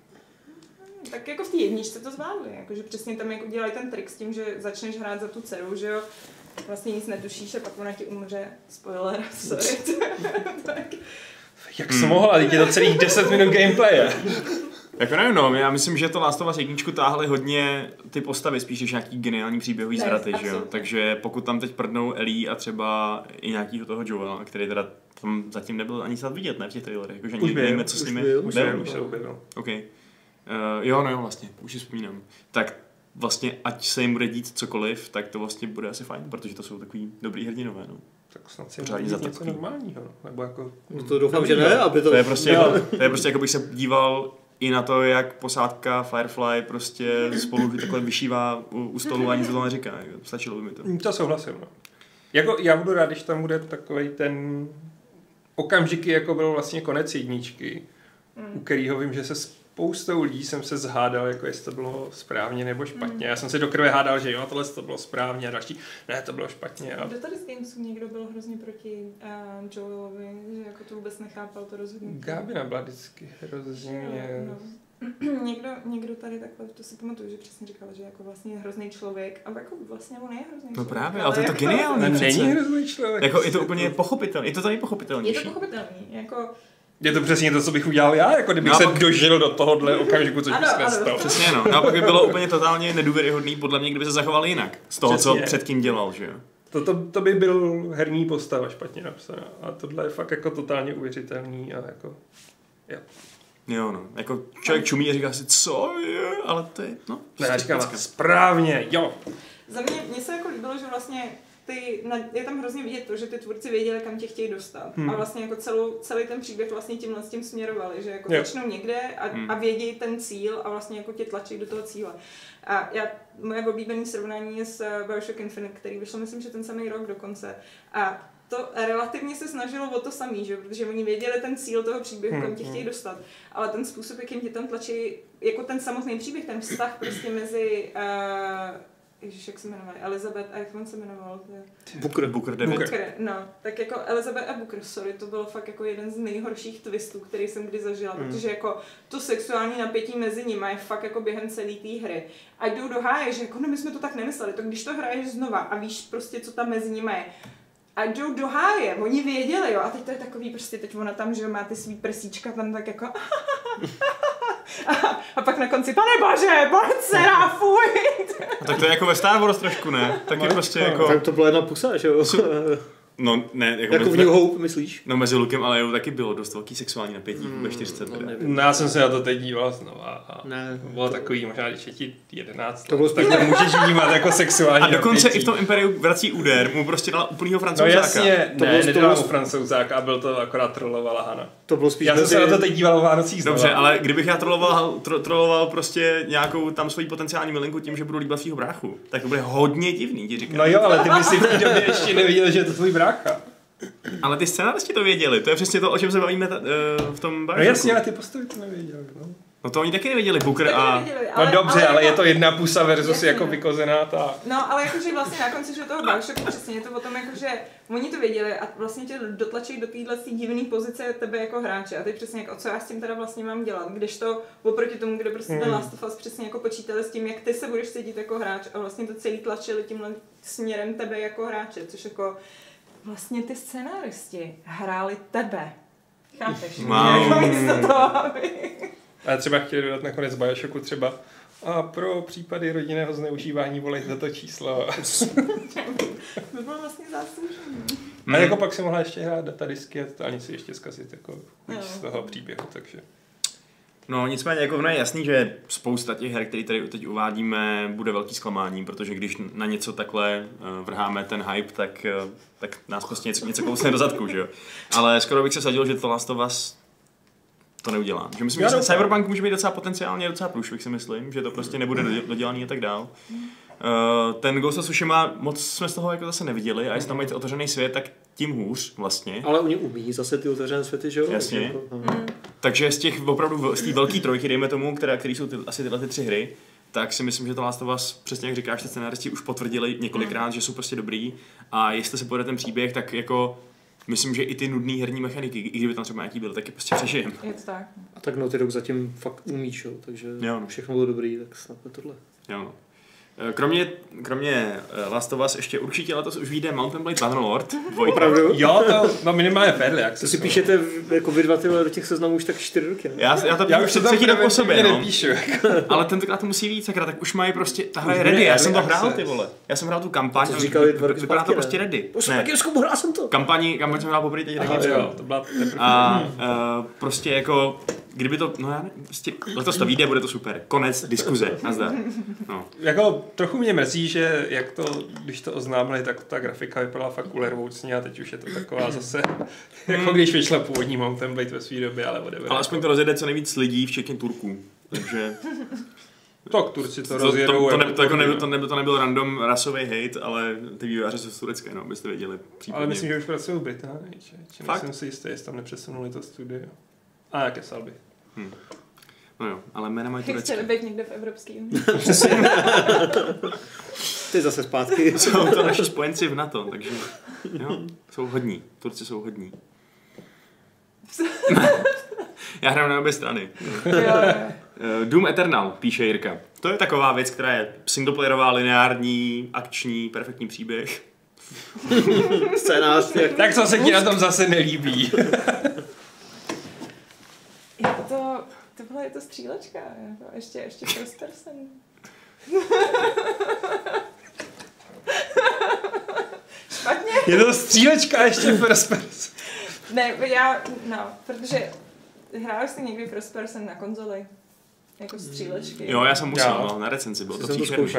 Speaker 3: Tak jako v té 1 to zvládli, jakože přesně tam jako dělají ten trik s tím, že začneš hrát za tu dceru, že jo, vlastně nic netušíš a pak ona ti umře, spoiler, sorry. Tak.
Speaker 2: Jak jsi mohla, teď je to celých 10 minut gameplaye.
Speaker 1: Jako nevím, no, já myslím, že to Last of Us 1 táhly hodně ty postavy, spíš než nějaký geniální příběhový zvraty, že jo, takže pokud tam teď prdnou Ellie a třeba i nějakýho toho Joela, který teda tam zatím nebyl ani snad vidět, ne, v těch trailerech, jakože nevíme, co s nimi.
Speaker 2: Už se objevil.
Speaker 1: Okay. Jo, vlastně, už si vzpomínám. Tak vlastně, ať se jim bude dít cokoliv, tak to vlastně bude asi fajn, protože to jsou takový dobrý hrdinové, no.
Speaker 2: Tak snad si může dít něco normálního, nebo jako...
Speaker 4: No to doufám, že ne, aby to...
Speaker 1: To je prostě, jako bych se díval i na to, jak posádka Firefly prostě spolu takhle vyšívá u stolu a nic to neříká, stačilo by mi to.
Speaker 2: To souhlasím, no. Jako já budu rád, když tam bude takovej ten okamžiky, jako byl vlastně konec 1, u kterého vím, že se spoustou lidí jsem se zhádal, jako jestli to bylo správně nebo špatně. Já jsem se do krve hádal, že jo, tohle to bylo správně a další, ne, to bylo špatně. A...
Speaker 3: Kdo tady z Gamesů někdo byl hrozně proti Joelovi, že jako to vůbec nechápal to rozhodnutí?
Speaker 2: Gábina byla vždycky hrozně
Speaker 3: Někdo tady takhle, to si pamatuju, že přesně říkal, že jako vlastně je hrozný člověk, a jako vlastně on je hrozný člověk.
Speaker 1: No právě, ale to je to geniální.
Speaker 2: Není hrozný člověk.
Speaker 1: Jako je to úplně pochopitelné, je to tady pochopitelnější.
Speaker 3: Je to pochopitelný, jako...
Speaker 2: Je to přesně to, co bych udělal já, jako kdybych se dožil do tohohle okamžiku, což bych se nestal.
Speaker 1: Přesně no, naopak by bylo úplně totálně nedůvěryhodný, podle mě, kdyby se zachoval jinak. Z toho,
Speaker 2: Přesně.
Speaker 1: co předtím dělal, že jo.
Speaker 2: To by byl herní postava špatně napsaná. A tohle je fakt jako totálně uvěřitelný a jako... Jo.
Speaker 1: Jo no, jako člověk čumí a říká si, co je, ale to je, no.
Speaker 2: Ne, já říkám, správně, jo.
Speaker 3: Za mě se jako líbilo, že vlastně je tam hrozně vidět to, že ty tvůrci věděli, kam tě chtějí dostat. A vlastně jako celý ten příběh vlastně tímhle s tím směrovali, že jako začnou někde a vědějí ten cíl a vlastně jako tě tlačí do toho cíle. A moje oblíbené srovnání je s Bioshock Infinite, který vyšel, myslím, že ten samý rok dokonce. A to relativně se snažilo o to samý, že? Protože oni věděli ten cíl toho příběhu, kam tě chtějí dostat. Ale ten způsob, jakým tě tam tlačí, jako ten samotný příběh, ten vztah prostě mezi Ježiš, jak se jmenovali? Elizabeth a jak on se jmenoval?
Speaker 1: Booker David.
Speaker 3: Booker, no. Tak jako Elizabeth a Booker, sorry, to bylo fakt jako jeden z nejhorších twistů, který jsem kdy zažila, protože jako to sexuální napětí mezi nimi je fakt jako během celé té hry. A jdou do háje, že jako no my jsme to tak nemysleli, to když to hraješ znova a víš prostě, co tam mezi nimi je. A jdou do háje, oni věděli, jo, a teď to je takový prostě, teď ona tam, že má ty svý prsíčka tam tak jako a pak na konci, pane bože, dcera, fuj!
Speaker 1: Tak to je jako ve Star Wars trošku, ne? Tak je prostě jako...
Speaker 4: Tak to byla jedna pusa, že jo?
Speaker 1: No, ne,
Speaker 4: jako v New Hope, myslíš?
Speaker 1: No, mezi Lukem a Leou taky bylo dost velký sexuální napětí ve 40.
Speaker 2: No, já jsem se na to teď díval znova a
Speaker 4: ne,
Speaker 2: bylo takový, možná když je ti 11,
Speaker 4: to bylo
Speaker 2: tak to můžeš vnímat jako sexuální
Speaker 1: a dokonce
Speaker 2: napětí.
Speaker 1: i v tom Imperiu vrací úder, mu prostě dala úplnýho Francouzáka.
Speaker 2: No jasně,
Speaker 4: to
Speaker 2: nedala mu Francouzáka a byl to akorát trollovala Hana.
Speaker 4: To bylo spíš
Speaker 2: já jsem se na to teď díval o Vánocích znova.
Speaker 1: Dobře, ale kdybych já trolloval prostě nějakou tam svoji potenciální milinku tím, že budu líbat svýho bráchu, tak to bude hodně divný, ti říkám.
Speaker 2: No jo, ale ty bys si v té době ještě neviděl, že je to tvůj brácha.
Speaker 1: Ale ty scénáristi to věděli, to je přesně to, o čem se bavíme v tom Bioshocku.
Speaker 2: No jasně, ale ty postavy to nevěděli, no.
Speaker 1: No to oni taky nevěděli, Booker a...
Speaker 3: Nevěděli,
Speaker 2: No dobře, ale
Speaker 3: jako,
Speaker 2: je to jedna pusa versus
Speaker 3: jasně.
Speaker 2: jako vykozená ta...
Speaker 3: No, ale jakože vlastně na konci toho Bioshocku přesně je to o tom, jakože oni to věděli a vlastně tě dotlačí do téhle divné pozice tebe jako hráče. A teď přesně jako, co já s tím teda vlastně mám dělat, když to oproti tomu, kde prostě ten Last of Us přesně jako počítali s tím, jak ty se budeš cítit jako hráč a vlastně to celý tlačili tímhle směrem tebe jako hráče, což jako vlastně ty scenáristi hráli tebe. Chápeš? Jako místo toho, aby...
Speaker 2: A třeba chtěli dodat nakonec Bioshocku třeba a pro případy rodinného zneužívání volejte za to číslo.
Speaker 3: To bylo vlastně záslužný.
Speaker 2: A jako pak si mohla ještě hrát datadisky a totálně si ještě zkazit jako z toho příběhu, takže...
Speaker 1: No nicméně jako je jasný, že spousta těch her, které tady teď uvádíme, bude velký zklamání, protože když na něco takhle vrháme ten hype, tak nás prostě něco kousne do zadku, že jo. Ale skoro bych se sadil, že to Last of Us to neudělá. Že myslím, že Cyberpunk může být docela potenciálně docela průšvih, si myslím, že to prostě nebude dodělaný a tak dál. Ten Ghost of Tsushima moc jsme z toho jako zase neviděli a jestli tam mají otevřený svět, tak tím hůř vlastně.
Speaker 4: Ale oni umí zase ty otevřené světy, že jo?
Speaker 1: Jasně. Takže z těch opravdu, z té velké trojky, dejme tomu, který jsou asi tyhle ty 3 hry, tak si myslím, že to Last of Us, přesně jak říkáš, ty scenáristi už potvrdili několikrát, že jsou prostě dobrý a jestli se povede ten příběh, tak jako myslím, že i ty nudný herní mechaniky, i kdyby tam třeba nějaký byl, tak je prostě přežijem.
Speaker 3: Je to tak.
Speaker 4: A tak Naughty Dog zatím fakt umí, čo? Takže
Speaker 1: jo, no.
Speaker 4: Všechno bylo dobrý, tak snad tohle.
Speaker 1: Jo, no. Kromě Last of Us ještě určitě letos už vyjde Mount & Blade Bannerlord.
Speaker 4: Opravdu?
Speaker 2: Jo, to no minimálně Fairly Access.
Speaker 4: To si píšete jako vy dva tyhle do těch seznamů už tak 4 roky, ne?
Speaker 1: Já už to třetí rok po sobě, no.
Speaker 2: Nepíšu.
Speaker 1: Ale tentokrát to musí víc, sakra, tak už mají prostě, ta hra je ready, já jsem to hrál, ty vole. Já jsem hrál tu kampaň,
Speaker 4: to říkali 2 roky
Speaker 1: vypadá to
Speaker 4: zpátky,
Speaker 1: prostě ready.
Speaker 4: Ne. Hrál jsem to.
Speaker 1: Kampaň jsem hrál poprvé teď taky.
Speaker 2: Jo, to byla
Speaker 1: a prostě jako, kdyby to, no já ne, prostě letos to vyjde, bude to super. Konec diskuze, nazdar. No.
Speaker 2: Jako trochu mě mrzí, že jak to, když to oznámili, tak ta grafika vypadala fakt ulervoucně a teď už je to taková zase, jako když vyšla původní Mount & Blade ve své době, ale whatever.
Speaker 1: Ale aspoň to rozjede co nejvíc lidí, včetně Turků. Takže...
Speaker 2: Tak Turci to rozjedou.
Speaker 1: To nebyl random rasový hate, ale ty vývojáři jsou z Turecka, no, abyste věděli. Případně.
Speaker 2: Ale myslím, že už pracují v Británii. Nejsem si jistý, jestli tam nepřesunuli to studio. A jaké salby.
Speaker 1: No jo, ale jména mají Turecka.
Speaker 3: Chtěli být někde v Evropské unii.
Speaker 4: Ty zase zpátky.
Speaker 1: Jsou to naši spojenci v NATO, takže jo, jsou hodní. Turci jsou hodní. Já hraju na obě strany.
Speaker 3: Jo.
Speaker 1: Doom Eternal, píše Jirka. To je taková věc, která je singleplayerová, lineární, akční, perfektní příběh.
Speaker 4: Scénář.
Speaker 2: Tak co se ti na tom zase nelíbí?
Speaker 3: Je to střílečka, jako ještě first person. Špatně?
Speaker 2: Je to střílečka ještě first person.
Speaker 3: Ne, protože hrál jsi někdy first person na konzoli. Jako střílečky.
Speaker 1: Jo, já jsem musel, na recenzi bylo to příšerný.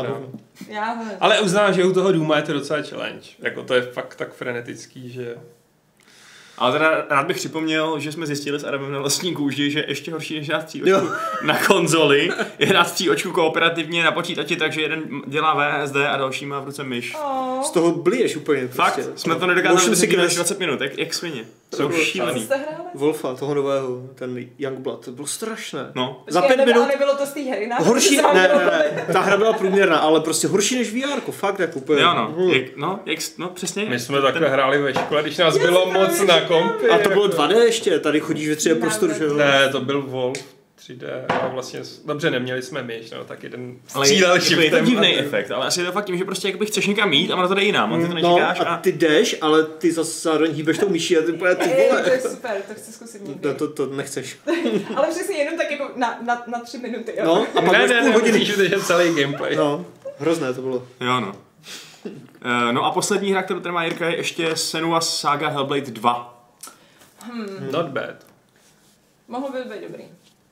Speaker 2: Ale uznám, že u toho Dooma je to docela challenge. Jako to je fakt tak frenetický, že...
Speaker 1: Ale teda rád bych připomněl, že jsme zjistili s Adamem na vlastní kůži, že ještě horší než hrát střílečku na konzoli je hrát střílečku kooperativně na počítači, takže jeden dělá VSD a další má v ruce myš.
Speaker 4: Z toho blíješ úplně.
Speaker 1: Fakt?
Speaker 4: Prostě.
Speaker 1: Jsme to nedokázali než 20 minut, jak svině. To bylo šílený.
Speaker 4: Wolfa, toho nového, ten Youngblood, to bylo strašné.
Speaker 1: No.
Speaker 4: Za 5 minut.
Speaker 3: A nebylo to z té hry,
Speaker 4: horší, ne, ta hra byla průměrná, ale prostě horší než VR, fakt jako úplně.
Speaker 1: Jo no, přesně.
Speaker 2: My jsme takhle hráli ve škole, když nás bylo moc na kompi.
Speaker 4: A to bylo 2D ještě, tady chodíš ve 3D prostoru, že jo?
Speaker 2: Ne, to byl Wolf 3D a vlastně, dobře, neměli jsme myš, no, tak jeden
Speaker 1: střílel shiftem. Je to divný efekt, ale asi je to fakt tím, že prostě jakoby chceš někam jít a ono to jde jinam, ty to nečekáš.
Speaker 4: A ty jdeš, ale ty zase zároveň hýbeš tou myší a ty úplně ty vole.
Speaker 3: To je super, to chci zkusit někdy.
Speaker 4: To nechceš.
Speaker 3: Ale přesně jenom tak jako na 3 minuty, jo?
Speaker 4: No, a pak
Speaker 2: půl hodiny. Musíš udržet celý gameplay.
Speaker 4: No, hrozné to bylo.
Speaker 1: Jo no. No a poslední hra, kterou tady má Jirka, je ještě Senua's Saga Hellblade 2.
Speaker 2: Not bad.
Speaker 3: Mohlo by být dobrý.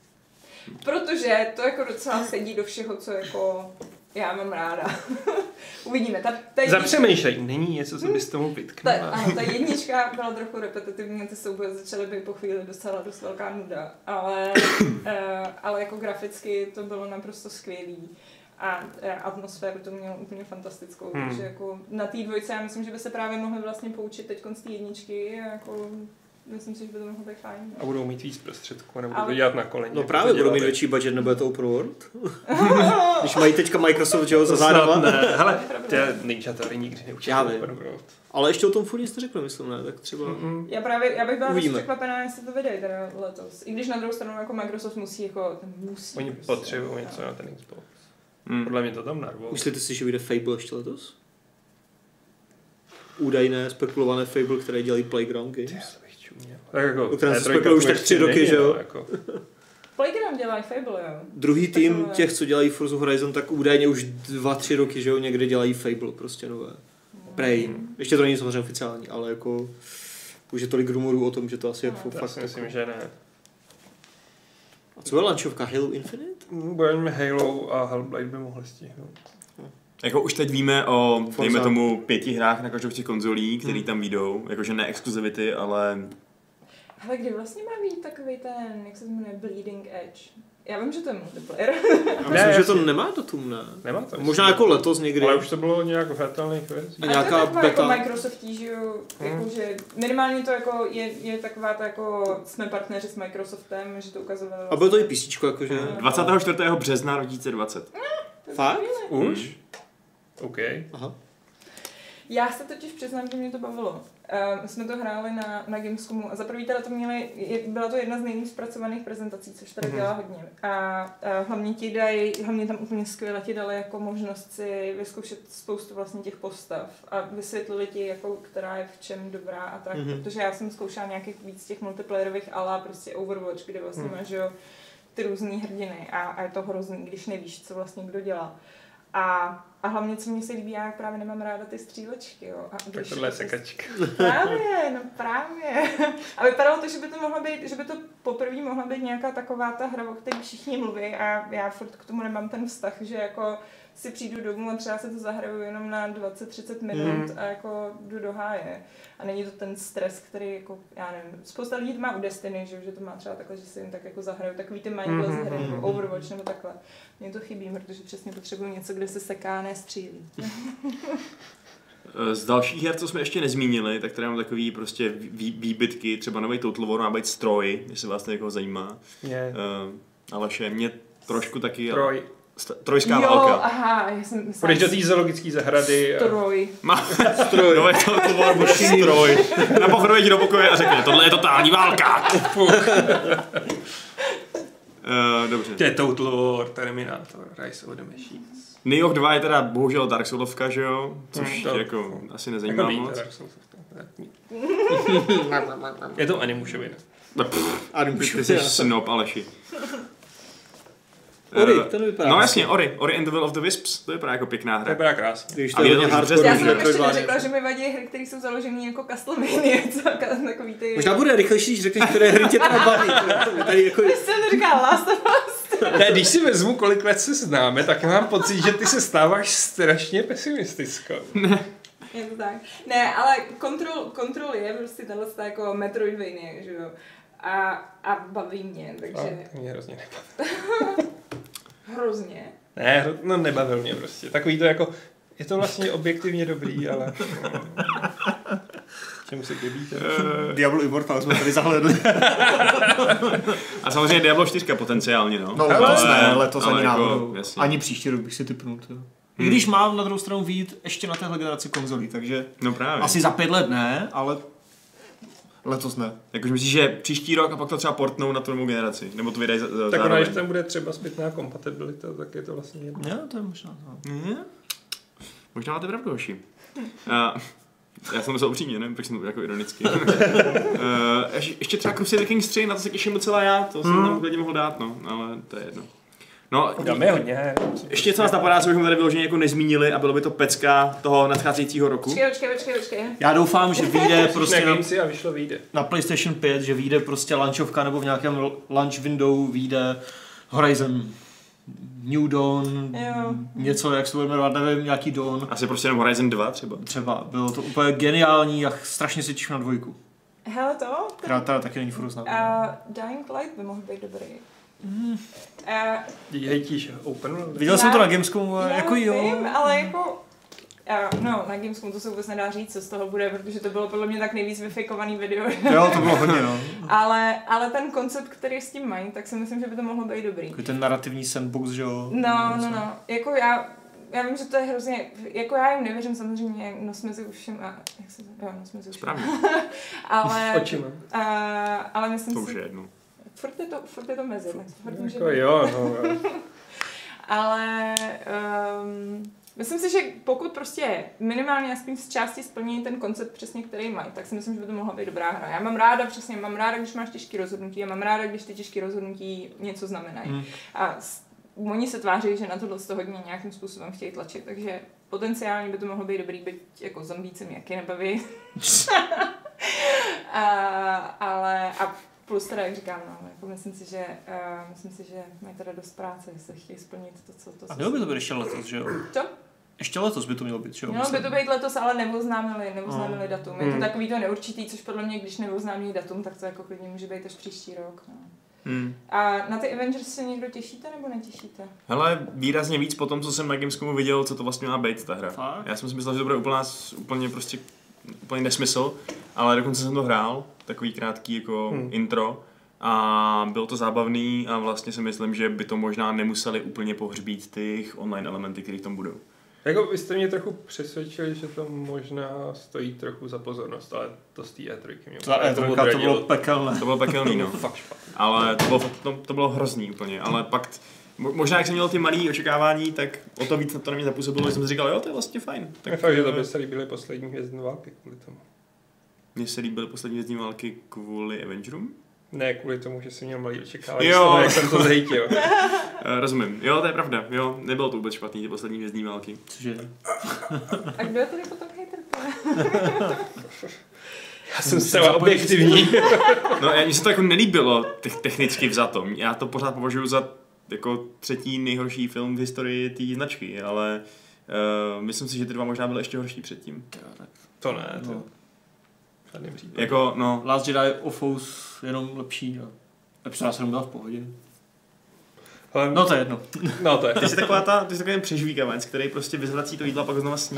Speaker 3: Protože to jako docela sedí do všeho, co jako já mám ráda. Uvidíme.
Speaker 2: Zapřemýšlej, není něco, co bys tomu vytknula.
Speaker 3: Ta jednička byla trochu repetitivní, ty souboje začaly být po chvíli docela dost velká nuda, ale jako graficky to bylo naprosto skvělý. A atmosféru to mělo úplně fantastickou, takže jako na té dvojce já myslím, že by se právě mohli vlastně poučit teď z té jedničky, jako myslím si, že by to mohlo být fajn.
Speaker 2: A budou mít víc prostředků, nebo budou dělat na koleně.
Speaker 4: No právě budou mít větší budget, nebo je to open world. Když mají teďka Microsoft, že ho za zádama.
Speaker 2: Ne, hele, Ninja to nikdy neučil open world.
Speaker 4: Ale ještě o tom furt nic neřekl, myslím, ne? Tak třeba...
Speaker 3: Já bych byla dost překvapená, jestli to vydají teda letos. I když na druhou stranu jako Microsoft musí.
Speaker 2: Oni potřebují něco na ten Xbox. Podle mě to tam narvou.
Speaker 4: Myslíte si, že vyjde Fable ještě letos? Údajné, spekulované Fable, které dělají Playground Games.
Speaker 2: Tak jako,
Speaker 4: o kterém se spekuluje už tak 3 roky, že jo?
Speaker 2: Jako.
Speaker 3: Playground dělají Fable, jo?
Speaker 4: Druhý tým těch, co dělají Forza Horizon, tak údajně už 2-3 roky, že jo, někde dělají Fable prostě nové. Prej. Ještě to není samozřejmě oficiální, ale jako už je tolik rumorů o tom, že to asi je fakt.
Speaker 2: Já si myslím, že ne.
Speaker 4: A co byla lanchovka Halo Infinite?
Speaker 2: Budeme Halo a Hellblade by mohli stihnout.
Speaker 1: Jako už teď víme o, dejme tomu, 5 hrách na každou z těch konzolí, který tam vyjdou. Jakože ne exkluzivity, ale...
Speaker 3: Ale kdy vlastně má být takový ten, jak se jmenuje, Bleeding Edge? Já vím, že to je multiplayer.
Speaker 4: Myslím, že to nemá datum, ne?
Speaker 2: Nemá to.
Speaker 4: Možná jako letos někdy.
Speaker 2: Ale už to bylo nějak v hratelných věcí.
Speaker 4: Nějaká
Speaker 3: beta. Jako Microsoftí, že jo, jakože minimálně to jako je taková to jako jsme partneři s Microsoftem, že to ukazovali.
Speaker 4: Vlastně. A bylo to i písíčko, jakože.
Speaker 1: 24. března 2020.
Speaker 4: Fakt?
Speaker 2: Už? OK.
Speaker 4: Aha.
Speaker 3: Já se totiž přiznám, že mě to bavilo. My jsme to hráli na Gamescomu a za první teda to měli, byla to jedna z nejvíc zpracovaných prezentací, což teda dělá hodně. A hlavně tam úplně skvěle ti dali jako možnost si vyzkoušet spoustu vlastně těch postav a vysvětlili ti, jako, která je v čem dobrá a tak, protože já jsem zkoušela nějakých víc těch multiplayerových ala prostě Overwatch, kde vlastně máš ty různý hrdiny a je to hrozný, když nevíš, co vlastně kdo dělá. A hlavně, co mě se líbí, já právě nemám ráda ty střílečky, jo. A
Speaker 2: tak tohle je sekačka.
Speaker 3: Právě. A vypadalo to, že by to poprvé mohla být nějaká taková ta hra, o které všichni mluví a já furt k tomu nemám ten vztah, že jako si přijdu domů a třeba se to zahraju jenom na 20-30 minut a jako jdu do háje. A není to ten stres, který jako, já nevím, spousta lidí to má u Destiny, že to má třeba takhle, že si jim tak jako zahraju takový ty mindless hry, nebo Overwatch nebo takhle. Mně to chybí, protože přesně potřebuji něco, kde se seká, ne střílí.
Speaker 1: Z dalších her, co jsme ještě nezmínili, tak tady mám takový prostě výbytky, třeba nový Total War má být stroj, jestli vás to někoho zajímá. Aleše, mě trošku taky... Trojská válka.
Speaker 3: Aha, já jsem myslela...
Speaker 2: Půjdeš do té zoologické zahrady.
Speaker 1: Stroj. Nové Total War bude stroj. Na pochodu jdi do pokoje a řekne, tohle je totální válka. Dobře.
Speaker 2: To je Total War, Terminator, Rise of the Machines.
Speaker 1: Nioh 2 je teda bohužel Dark Soulovka, že jo? Což
Speaker 2: to,
Speaker 1: jako asi nezajímá moc.
Speaker 2: Je to animušovina.
Speaker 1: Ty jsi snob, Aleši.
Speaker 4: Ori, ten vypadá.
Speaker 1: No jasně, Ori and the Will of the Wisps, to vypadá jako pěkná hra.
Speaker 2: To vypadá krásně.
Speaker 4: Když
Speaker 1: A
Speaker 4: to je
Speaker 1: je to
Speaker 4: hodně
Speaker 1: už
Speaker 4: hardcore,
Speaker 3: Já
Speaker 1: přes-
Speaker 3: jsem tam ještě
Speaker 4: Metroidvania.
Speaker 3: neřekla, že mi vadí hry, které jsou založené jako Castlevania, takový ty...
Speaker 4: Možná bude rychlejší, když řekneš, které hry tě teda baví. Tady jako...
Speaker 3: Když jsem to říkala Last of Us.
Speaker 2: Ne, když si vezmu, kolik let se známe, tak mám pocit, že ty se stáváš strašně pesimistickou.
Speaker 3: Je to tak. Ne, ale Control je prostě tahle jako Metroidvania, že jo. A baví mě, takže...
Speaker 2: To mě hrozně nebaví.
Speaker 3: Hrozně.
Speaker 2: Ne, no nebavil mě prostě. Takový to jako, je to vlastně objektivně dobrý, ale... Čemu se dělíte?
Speaker 4: Diablo Immortal jsme tady zahledli.
Speaker 1: A samozřejmě Diablo 4 potenciálně, no.
Speaker 4: No letos ne, letos
Speaker 1: ale
Speaker 4: ani
Speaker 1: jako,
Speaker 4: náhodou.
Speaker 1: jasně.
Speaker 4: Ani příští rok bych si typnul. I když mám na druhou stranu vyjít ještě na téhle generaci konzolí, takže
Speaker 1: No právě.
Speaker 4: asi za 5 let ne, ale letos ne.
Speaker 1: Jakož myslíš, že příští rok a pak to třeba portnou na tu novou generaci? Nebo to vydají
Speaker 2: Tak ona,
Speaker 1: zároveň?
Speaker 2: když tam bude třeba zpětná kompatibilita, tak je to vlastně jedno.
Speaker 4: Jo, to je možná. No.
Speaker 1: Možná máte pravdu, hoši. Já jsem myslel upřímně, nevím, proč jsem to jako ironicky. Ještě třeba Crusader Kings 3, na to se těším docela já, to jsem tam klidně mohl dát, no, ale to je jedno. No,
Speaker 2: Dáme hodně.
Speaker 1: ještě něco nás napadá, co bychom tady vyloženě jako nezmínili a bylo by to pecka toho nadcházejícího roku.
Speaker 3: Počkej.
Speaker 4: Já doufám, že vyjde prostě na,
Speaker 2: Gamesy a vyjde.
Speaker 4: na PlayStation 5, že vyjde prostě launchovka nebo v nějakém launch window vyjde Horizon New Dawn,
Speaker 3: Jo.
Speaker 4: něco, jak se bude jmenovat, nevím, nějaký Dawn.
Speaker 1: Asi prostě jenom Horizon 2 třeba.
Speaker 4: Třeba, bylo to úplně geniální a strašně si těším na 2.
Speaker 3: Hele to?
Speaker 4: Která teda taky není furt známá.
Speaker 3: Dying Light by mohl být dobrý.
Speaker 2: Hejtíš Open World.
Speaker 4: Viděl jsem to na Gamescomu a jako jo.
Speaker 3: Vím, ale jako... No, na Gamescomu to se vůbec nedá říct, co z toho bude, protože to bylo podle mě tak nejvíc vyfikovaný video.
Speaker 4: Jo, to bylo hodně, no.
Speaker 3: ale ten koncept, který s tím mají, tak si myslím, že by to mohlo být dobrý.
Speaker 4: Jako ten narrativní sandbox, že jo.
Speaker 3: No. Jako já vím, že to je hrozně, jako já jim nevěřím samozřejmě, nos mezi ušem a, jak se to, jo, nos mezi ušem.
Speaker 1: Správně.
Speaker 3: ale,
Speaker 2: Očima.
Speaker 3: ale myslím
Speaker 1: To už
Speaker 3: si,
Speaker 1: je jedno.
Speaker 3: furt je to mezi, tak furt může
Speaker 2: Jako
Speaker 3: být.
Speaker 2: jo.
Speaker 3: Ale myslím si, že pokud prostě minimálně aspoň z části splní ten koncept přesně, který mají, tak si myslím, že by to mohla být dobrá hra. Já mám ráda, když máš těžké rozhodnutí, já mám ráda, když ty těžké rozhodnutí něco znamenají. A oni se tváří, že na tohle to hodně nějakým způsobem chtějí tlačit, takže potenciálně by to mohlo být dobrý, byť jako zombíci mě jaký nebaví. A plus teda, jak říkám, no, jako myslím si, že mají teda dost práce, jestli chtějí splnit to, co...
Speaker 4: A mělo by to být ještě letos, že jo?
Speaker 3: Co?
Speaker 4: Ještě letos by to mělo být, že jo?
Speaker 3: Mělo by to být letos, ale neoznámili datum. Je to takový to neurčitý, což podle mě, když neoznámí datum, tak to jako klidně může být až příští rok. No. A na ty Avengers se někdo těšíte nebo netěšíte?
Speaker 1: Hele, výrazně víc po tom, co jsem na Gamescomu viděl, co to vlastně má být ta hra.
Speaker 4: Fakt?
Speaker 1: Já jsem si myslel, že to bude úplně nesmysl, ale dokonce jsem to hrál, takový krátký jako intro a bylo to zábavný a vlastně si myslím, že by to možná nemuseli úplně pohřbít ty online elementy, které v tom budou.
Speaker 2: Jako vy jste mě trochu přesvědčili, že to možná stojí trochu za pozornost, ale to z té E3 mě
Speaker 4: to bylo pekelné.
Speaker 1: To bylo pekelný, no.
Speaker 2: Fakt špatný.
Speaker 1: Ale to bylo hrozný úplně, ale pak možná jak jsem měl ty malé očekávání, tak o to víc to na mě zapůsobilo, že jsem si říkal, jo, to je vlastně fajn.
Speaker 2: Tak je fakt, že to by se líbily poslední hvězdné války kvůli tomu.
Speaker 1: Mně se líbily poslední hvězdní války kvůli Avengerům?
Speaker 2: Ne, kvůli tomu, že jsem měl malý očekávání,
Speaker 1: Jo.
Speaker 2: jak jsem to zhejtil.
Speaker 1: Rozumím. Jo, to je pravda. Jo, nebylo to vůbec špatný, ty poslední hvězdní války.
Speaker 4: Cože?
Speaker 3: A kdo je tady potom hater?
Speaker 2: Já jsem zcela objektivní.
Speaker 1: No, mně se to jako nelíbilo technicky vzato. Já to pořád považuji za jako třetí nejhorší film v historii té značky, ale myslím si, že ty dva možná byly ještě horší předtím.
Speaker 2: To ne, to.
Speaker 4: No.
Speaker 2: V žádném případě.
Speaker 1: Jako, no.
Speaker 4: Last Jedi Ofous jenom lepší. Epizoda 7 byla v pohodě.
Speaker 2: Ale,
Speaker 4: No to je jedno.
Speaker 2: no to je.
Speaker 1: Ty jsi takový ten přežvíkavec, který prostě vyzvrací to jídlo a pak ho znova sní.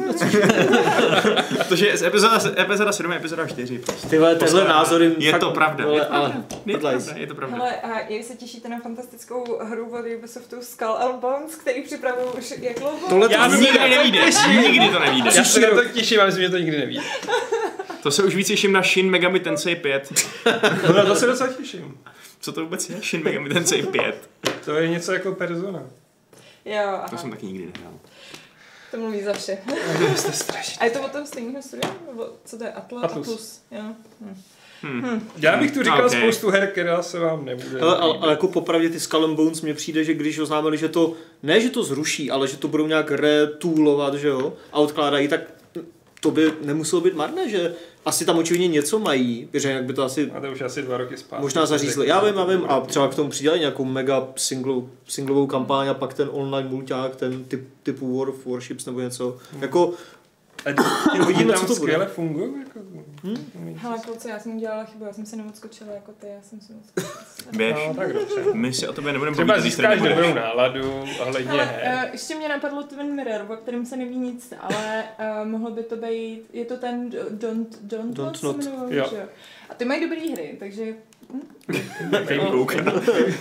Speaker 1: Protože epizoda 7 je epizoda 4 prostě.
Speaker 4: Ty vole, tenhle názory...
Speaker 1: Je to pravda.
Speaker 4: Je
Speaker 1: to pravda.
Speaker 3: Hele, a jak se těšíte na fantastickou hru od Ubisoftu Skull and Bones, který připravují už jak dlouho?
Speaker 4: Tohle to
Speaker 1: Já nikdy nevíde. Nikdy to nevíde.
Speaker 2: Já se na to těším, ale myslím, že to nikdy nevíde.
Speaker 1: To se už víc těším na Shin Megami Tensei 5.
Speaker 2: No na to se docela těším.
Speaker 1: Co to vůbec je? Shin Megami Tensei 5.
Speaker 2: To je něco jako Persona.
Speaker 3: Jo, aha.
Speaker 1: To jsem taky nikdy nehrál.
Speaker 3: To mluví za vše.
Speaker 2: Jste strašně.
Speaker 3: A je to o tom stejného studia? Nebo co to je? Atlus. Jo.
Speaker 2: Já bych tu říkal
Speaker 1: Okay.
Speaker 2: spoustu her, která se vám nebude.
Speaker 4: Ale jako popravdě ty Skull and Bones mně přijde, že když oznámili, že to, ne že to zruší, ale že to budou nějak retoolovat, že jo, a odkládají, tak to by nemuselo být marné, že asi tam očividně něco mají, že jak by to asi
Speaker 2: A to už asi 2 roky zpátky.
Speaker 4: možná zařízli. Já vím, a třeba k tomu přidělají nějakou mega singlovou kampaň a pak ten online mulťák, ten typu War of Warships nebo něco. Jako
Speaker 2: Uvidíme,
Speaker 4: co to bude.
Speaker 2: skvěle fungují. Jako,
Speaker 3: Hele, kluci, já jsem dělala chybu, já jsem se neodskočila jako ty, já jsem si moc...
Speaker 1: Běž.
Speaker 2: No, tak dobře.
Speaker 1: My si o tobě nebudeme
Speaker 2: Třeba
Speaker 1: povídat, když tady
Speaker 2: získáš
Speaker 1: nebudeš.
Speaker 2: dobrou náladu ohledně
Speaker 3: Hele,
Speaker 2: her.
Speaker 3: ještě mě napadlo Twin Mirror, o kterém se neví nic, ale mohlo by to být, je to ten Don't
Speaker 4: Don't
Speaker 3: se
Speaker 4: Not.
Speaker 3: jmenuje,
Speaker 2: Jo.
Speaker 3: že jo? A ty mají dobrý hry, takže...
Speaker 1: Takový koukám.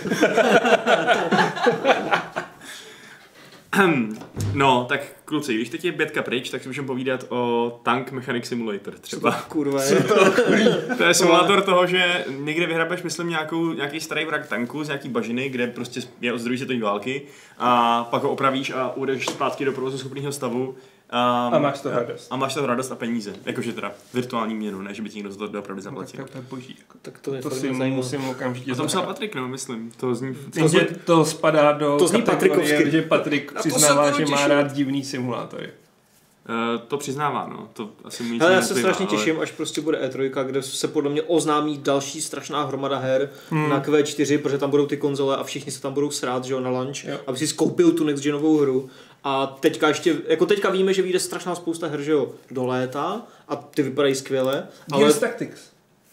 Speaker 1: No, tak kluci, když teď je bětka pryč, tak si můžeme povídat o Tank Mechanic Simulator třeba.
Speaker 4: kurva je.
Speaker 1: To je simulátor toho, že někde vyhrabeš, myslím, nějaký starý vrak tanku z nějaký bažiny, kde prostě je od druhé světové války a pak ho opravíš a ujdeš zpátky do provozuschopného stavu.
Speaker 2: A máš to radost.
Speaker 1: A máš to radost a peníze. Jakože teda virtuální měnu, ne, že by ti někdo za to opravdu zaplatil.
Speaker 2: To je boží. Jako.
Speaker 4: Tak to je
Speaker 2: To
Speaker 4: fakt
Speaker 2: si
Speaker 4: zajímavé.
Speaker 2: musím okamžitě
Speaker 1: O tom psal
Speaker 2: zahrát.
Speaker 1: Patrik, no, myslím. To zní...
Speaker 2: To spadá do
Speaker 4: To zní
Speaker 2: kategorie,
Speaker 4: patrikovsky.
Speaker 2: že Patrik
Speaker 3: to
Speaker 2: přiznává,
Speaker 3: se budu
Speaker 2: že má
Speaker 3: těšit.
Speaker 2: rád divný simulátory.
Speaker 1: To přiznává, no. To asi mi nic
Speaker 4: Hele, já se
Speaker 1: nezbývá,
Speaker 4: strašně
Speaker 1: ale-
Speaker 4: těším, až prostě bude E3, kde se podle mě oznámí další strašná hromada her na Q4, protože tam budou ty konzole a všichni se tam budou srát, že jo, na launch,
Speaker 2: Jo.
Speaker 4: aby si skoupil tu next genovou hru. A teďka ještě, jako teďka víme, že vyjde strašná spousta her, že jo, do léta a ty vypadají skvěle, ale
Speaker 2: Gears Tactics.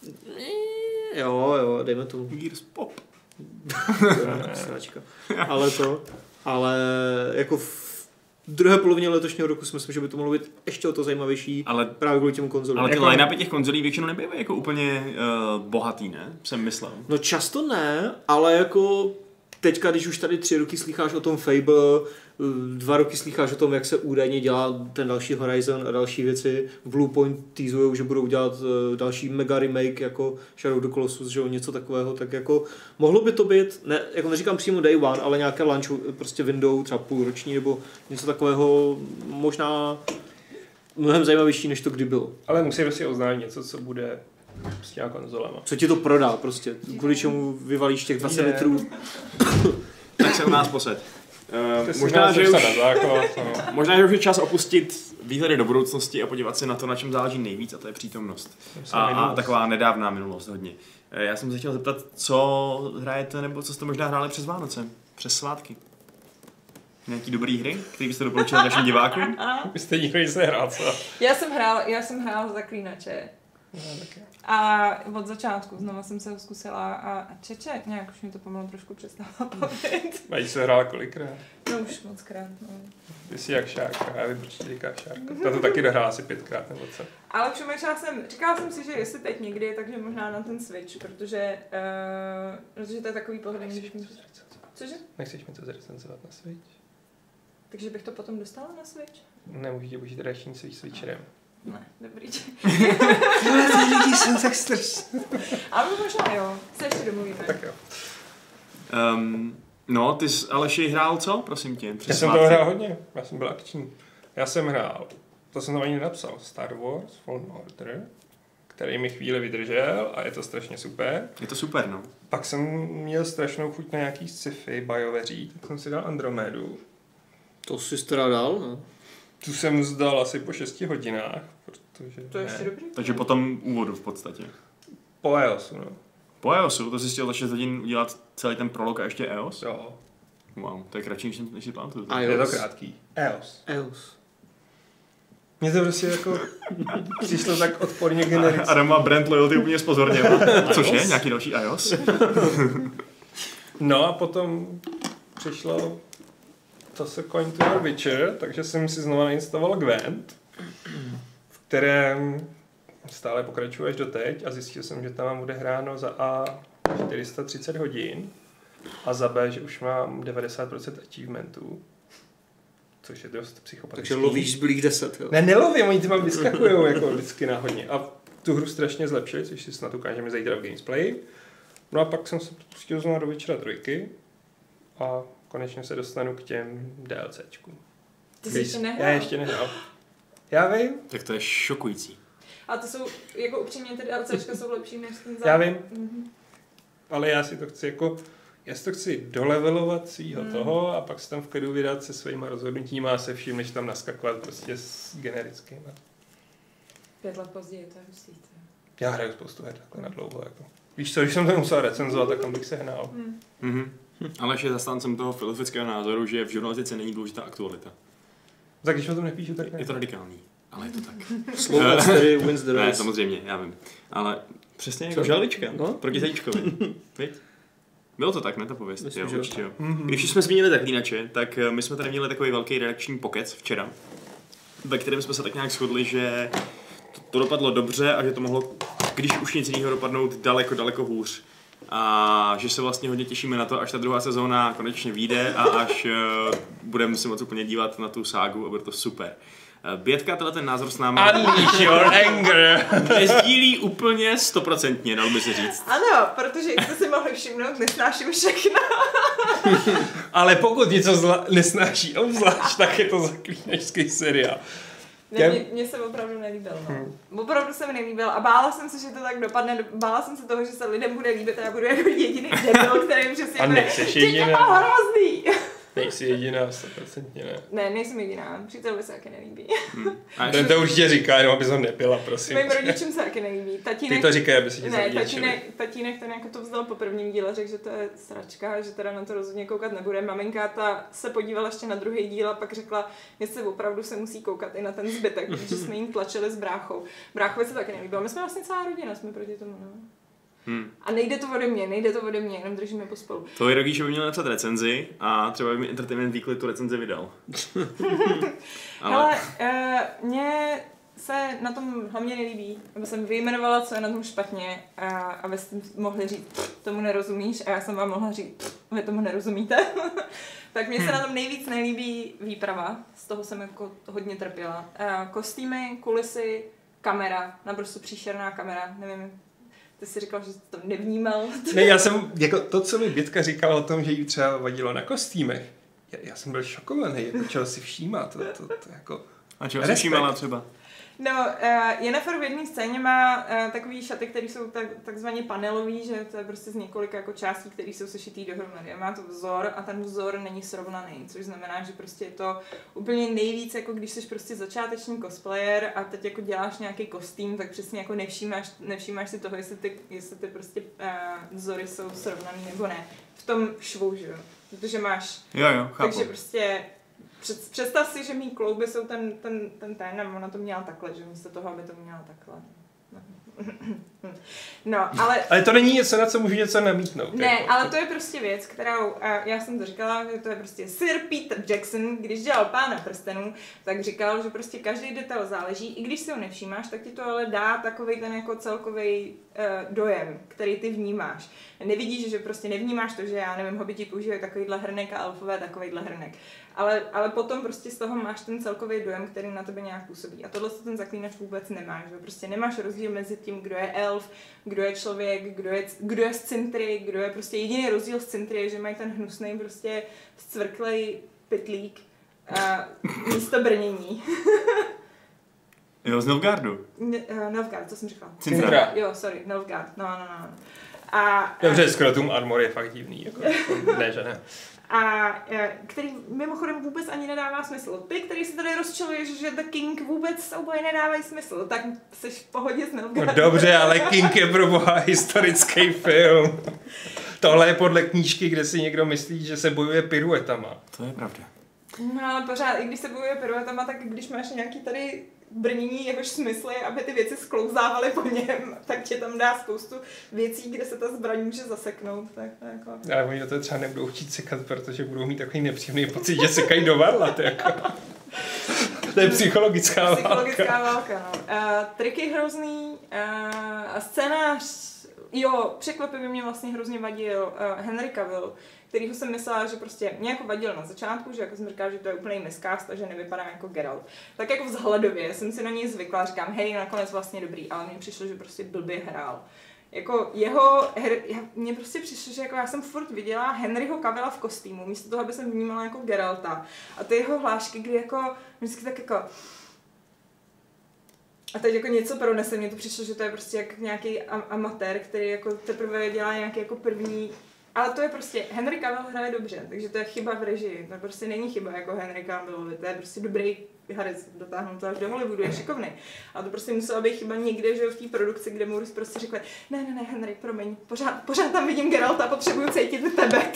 Speaker 4: jo, dejme tomu.
Speaker 1: Gears Pop.
Speaker 4: Sračka. ale jako v druhé polovině letošního roku si myslím, že by to mohlo být ještě o to zajímavější,
Speaker 1: Ale
Speaker 4: právě kvůli těm konzolům.
Speaker 1: ty
Speaker 2: Jako-
Speaker 1: line-upy těch konzolí většinou nebývají jako úplně bohatý, ne? Jsem myslel.
Speaker 4: No často ne, ale jako teďka, když už tady 3 roky slýcháš o tom Fable, 2 roky slýcháš o tom, jak se údajně dělá ten další Horizon a další věci. V Bluepoint teasujou, že budou dělat další mega remake jako Shadow of the Colossus, že jo, něco takového, tak jako mohlo by to být, ne, jako neříkám přímo day one, ale nějaké launch, prostě window, třeba půlroční nebo něco takového, možná mnohem zajímavější, než to kdy bylo.
Speaker 2: Ale musíme si oznámit něco, co bude s těma konzolema.
Speaker 4: Co ti to prodá prostě, kvůli čemu vyvalíš těch 20
Speaker 2: Je.
Speaker 4: litrů.
Speaker 1: Tak se u nás posed.
Speaker 2: Možná, že už... na základ, no.
Speaker 1: Možná, že už je čas opustit výhledy do budoucnosti a podívat se na to, na čem záleží nejvíc, a to je přítomnost. A taková nedávná minulost hodně. Já jsem se chtěl zeptat, co hrajete, nebo co jste možná hráli přes Vánoce, přes svátky. Nějaký dobrý hry, který byste doporučili našim divákům?
Speaker 2: Vy jste nikdo nic nehrál, co?
Speaker 3: Já jsem hrál Zaklínače. A od začátku znova jsem se ho zkusila a čeče, nějak už mi to pomalu trošku přestává bavit.
Speaker 2: Mají se hrál kolikrát?
Speaker 3: No už mockrát, no.
Speaker 2: Ty jsi jak Šárka, já vím, proč ti říkáš Šárka. Ta to taky dohrála asi 5krát nebo co.
Speaker 3: Ale říkala jsem si, že jestli teď někdy, takže možná na ten Switch, protože to je takový pohodlný, když mi... Cože?
Speaker 2: Nechceš mi to zrecenzovat na Switch?
Speaker 3: Takže bych to potom dostala na Switch?
Speaker 2: Nemůžu tě božít reční Switcherem.
Speaker 3: Ne, dobrý.
Speaker 2: Ty lidi jsou tak strašný.
Speaker 3: Ale možná jo, se ještě domluvíme.
Speaker 2: Tak jo.
Speaker 1: No, ty jsi Aleši hrál co, prosím tě?
Speaker 2: Já
Speaker 1: Přes
Speaker 2: jsem
Speaker 1: svátky?
Speaker 2: to hrál hodně, já jsem byl akční. Já jsem hrál, to jsem tam ani nenapsal, Star Wars Fallen Order, který mi chvíli vydržel a je to strašně super.
Speaker 1: Je to super, no.
Speaker 2: Pak jsem měl strašnou chuť na nějaký sci-fi bajoveří, tak jsem si dal Andromedu.
Speaker 4: To jsi teda dal, no.
Speaker 2: Tu jsem zdal asi po 6 hodinách, protože
Speaker 3: To je ještě dobrý.
Speaker 1: Takže po tom úvodu v podstatě.
Speaker 2: Po EOSu, no.
Speaker 1: Po EOSu, to jsi chtěl za 6 hodin udělat celý ten prolog a ještě EOS?
Speaker 2: Jo,
Speaker 1: Wow, to je kratší, než si pamatuju.
Speaker 4: A
Speaker 2: je to
Speaker 4: EOS.
Speaker 2: krátký. EOS.
Speaker 4: EOS.
Speaker 2: Mně to prostě jako přišlo tak odporně genericky.
Speaker 1: Adam má brand loyalty úplně spozorněl. Což je? Nějaký další iOS?
Speaker 2: No a potom přišlo to se Coin to Your Witcher, takže jsem si znovu nainstaloval Gwent, v kterém stále pokračuji až doteď a zjistil jsem, že tam mám odehráno za A 430 hodin a za B, že už mám 90% achievementů, což je dost psychopatický.
Speaker 4: Takže lovíš zbylých 10, jo?
Speaker 2: Ne, nelovím, oni tam vyskakujou jako vždycky náhodně. A tu hru strašně zlepšili, což si snad ukážeme zítra v Gamesplay. No a pak jsem se pustil znovu do Witchera 3 a konečně se dostanu k těm DLCčkům.
Speaker 3: Ty jsi ještě nehrál?
Speaker 2: Já ještě nehrál. Já vím.
Speaker 1: Tak to je šokující.
Speaker 3: A to jsou, jako upřímně, ty DLCčka jsou lepší než ten
Speaker 2: Já vím. Ale já si to chci jako... Já si to chci dolevelovat svýho toho a pak se tam v klidu vydat se svýma rozhodnutíma a se vším, než tam naskakovat prostě s generickýma.
Speaker 3: 5 let později, to je hustý.
Speaker 2: Já hraju spoustu her takhle na dlouho. Jako. Víš co, když jsem to musel recenzovat, tak tam bych se hnal.
Speaker 1: Ale je zastáncem toho filozofického názoru, že v žurnalistice není důležitá aktualita.
Speaker 2: Tak když o tom nepíšu, tak ne.
Speaker 1: Je to radikální, ale je to tak.
Speaker 4: Slovo tedy wins the race.
Speaker 1: Ne, samozřejmě, já vím. Ale přesně jako želvička,
Speaker 4: No.
Speaker 1: proti zajíčkovi. Viď? Bylo to tak, ne ta pověst?
Speaker 4: Myslím,
Speaker 1: Jo,
Speaker 4: že jo.
Speaker 1: určitě jo. Když jsme zmínili Zaklínače, tak my jsme tady měli takový velký redakční pokec včera, ve kterém jsme se tak nějak shodli, že to dopadlo dobře a že to mohlo, když už nic jiného, dopadnout daleko hůř. A že se vlastně hodně těšíme na to, až ta druhá sezóna konečně vyjde a až budeme si moc úplně dívat na tu ságu a bude to super. Bětka tenhle ten názor s námi
Speaker 2: Unleash your anger!
Speaker 1: nezdílí úplně 100%, dal by se říct.
Speaker 3: Ano, protože jak jste si mohli všimnout, nesnáším všechno.
Speaker 2: Ale pokud něco nesnáší obzvlášť, tak je to zaklínačský seriál.
Speaker 3: Ne, mně se opravdu nelíbil, no. Opravdu se mi nelíbil a bála jsem se, že to tak dopadne, bála jsem se toho, že se lidem bude líbit a já budu jako jediný debil, který přesně
Speaker 2: A
Speaker 3: bude,
Speaker 2: nejseš
Speaker 3: že je
Speaker 2: jediná.
Speaker 3: to hrozný.
Speaker 2: Nejsi jediná, 100% ne.
Speaker 3: Ne, nejsem jediná, přítelovi se taky nelíbí.
Speaker 1: A
Speaker 2: Ten to určitě říká, jenom abys ho nepila, prosím.
Speaker 3: Mým rodičům se taky nelíbí. Tatínek,
Speaker 2: Ty to říkají, aby se tě
Speaker 3: ne,
Speaker 2: zavděčili.
Speaker 3: tatínek ten jako to vzdal po prvním díle, řekl, že to je sračka, že teda na to rozhodně koukat nebude. Maminka ta se podívala ještě na druhý díl a pak řekla, jestli opravdu se musí koukat i na ten zbytek, protože jsme jim tlačili s bráchou. Bráchovi se taky nelíbilo. My jsme vlastně celá rodina, jsme proti tomu, no. A nejde to ode mě, jenom držíme pospolu.
Speaker 1: Tvoji rodiče by měli napsat recenzi a třeba by mi Entertainment Weekly tu recenzi vydal.
Speaker 3: Ale mně se na tom hlavně nelíbí, aby jsem vyjmenovala, co je na tom špatně a abyste mohli říct, tomu nerozumíš a já jsem vám mohla říct, vy tomu nerozumíte. Tak mně se na tom nejvíc nelíbí výprava, z toho jsem jako hodně trpěla. Kostýmy, kulisy, kamera, naprosto příšerná kamera, nevím, ty jsi říkal, že jsi to nevnímal.
Speaker 2: Ne, já jsem, jako to, co mi Bětka říkala o tom, že jí třeba vadilo na kostýmech, já jsem byl šokovaný, jako čeho si všímá, to jako...
Speaker 1: A čeho si všímala třeba?
Speaker 3: No, Yennefer v jedné scéně má takový šaty, které jsou takzvaně panelový, že to je prostě z několika jako částí, které jsou sešitý dohromady. Má to vzor a ten vzor není srovnaný, což znamená, že prostě je to úplně nejvíc, jako když jsi prostě začáteční cosplayer a teď jako děláš nějaký kostým, tak přesně jako nevšímáš si toho, jestli ty prostě vzory jsou srovnaný nebo ne. V tom švu, že jo, protože máš...
Speaker 1: Jo, chápu.
Speaker 3: Takže prostě... Představ si, že mý klouby jsou ten a ona to měla takhle, že místo toho, aby to měla takhle. No, ale...
Speaker 2: Ale to není něco, na co můžu něco namítnout.
Speaker 3: Ne,
Speaker 2: jako.
Speaker 3: ale to je prostě věc, kterou, já jsem to říkala, že to je prostě Sir Peter Jackson, když dělal Pána prstenů, tak říkal, že prostě každý detail záleží, i když si ho nevšímáš, tak ti to ale dá takovej ten jako celkový dojem, který ty vnímáš. Nevidíš, že prostě nevnímáš to, že já nevím, hobiti používají takovýhle hrnek a elfové takovýhle hrnek. Ale potom prostě z toho máš ten celkový dojem, který na tebe nějak působí. A tohle ten zaklínač vůbec nemáš. Že? Prostě nemáš rozdíl mezi tím, kdo je elf, kdo je člověk, kdo je z Cintry, kdo je prostě jediný rozdíl z Cintry je, že mají ten hnusnej prostě zcvrklej pytlík místo brnění.
Speaker 1: Jo, z Nilfgaardu.
Speaker 3: Nilfgaard, co jsem říkala?
Speaker 2: Cintra.
Speaker 3: Jo, sorry, Nilfgaard, no. A,
Speaker 2: dobře, Skeletum Armor je fakt divný, jako, ne, že ne.
Speaker 3: A který mimochodem vůbec ani nedává smysl. Ty, který se tady rozčiluješ, že The King vůbec oboje nedávají smysl, tak jsi v pohodě s Nilfgaardem.
Speaker 2: No dobře, ale King je pro boha historický film. Tohle je podle knížky, kde si někdo myslí, že se bojuje piruetama.
Speaker 1: To je pravda.
Speaker 3: No ale pořád, i když se bojuje piruetama, tak když máš nějaký tady brnění, jakož smysly, aby ty věci sklouzávaly po něm, tak tě tam dá spoustu věcí, kde se ta zbraň může zaseknout. Tak jako...
Speaker 2: Ale oni to třeba nebudou chtít sekat, protože budou mít takový nepříjemný pocit, že sekají do varlat. Jako. To je psychologická
Speaker 3: válka. No. Triky hrozný, scénář, jo, překvapivě mě vlastně hrozně vadil Henry Cavill, kterýho jsem myslela, že prostě mě jako vadil na začátku, že jako jsem říkala, že to je úplný miscast a že nevypadá jako Geralt. Tak jako vzhledově jsem si na něj zvykla, říkám, hej, nakonec vlastně dobrý, ale mně přišlo, že prostě blbě hrál. jako mně prostě přišlo, že jako já jsem furt viděla Henryho Cavilla v kostýmu, místo toho, aby jsem vnímala jako Geralta. A ty jeho hlášky, kdy jako, vždycky tak jako... A teď jako něco pronese, mně to přišlo, že to je prostě jak nějaký amatér, který jako teprve dělá nějaký jako první... Ale to je prostě, Henry Cavill hraje dobře, takže to je chyba v režii, to prostě není chyba jako Henry Cavill, to je prostě dobrý herec, dotáhnout to až do Hollywoodu, je šikovný. A to prostě musela být chyba někde, že v té produkci, kde mu prostě řekli, ne, Henry, promiň, pořád tam vidím Geralta, potřebuju cítit tebe.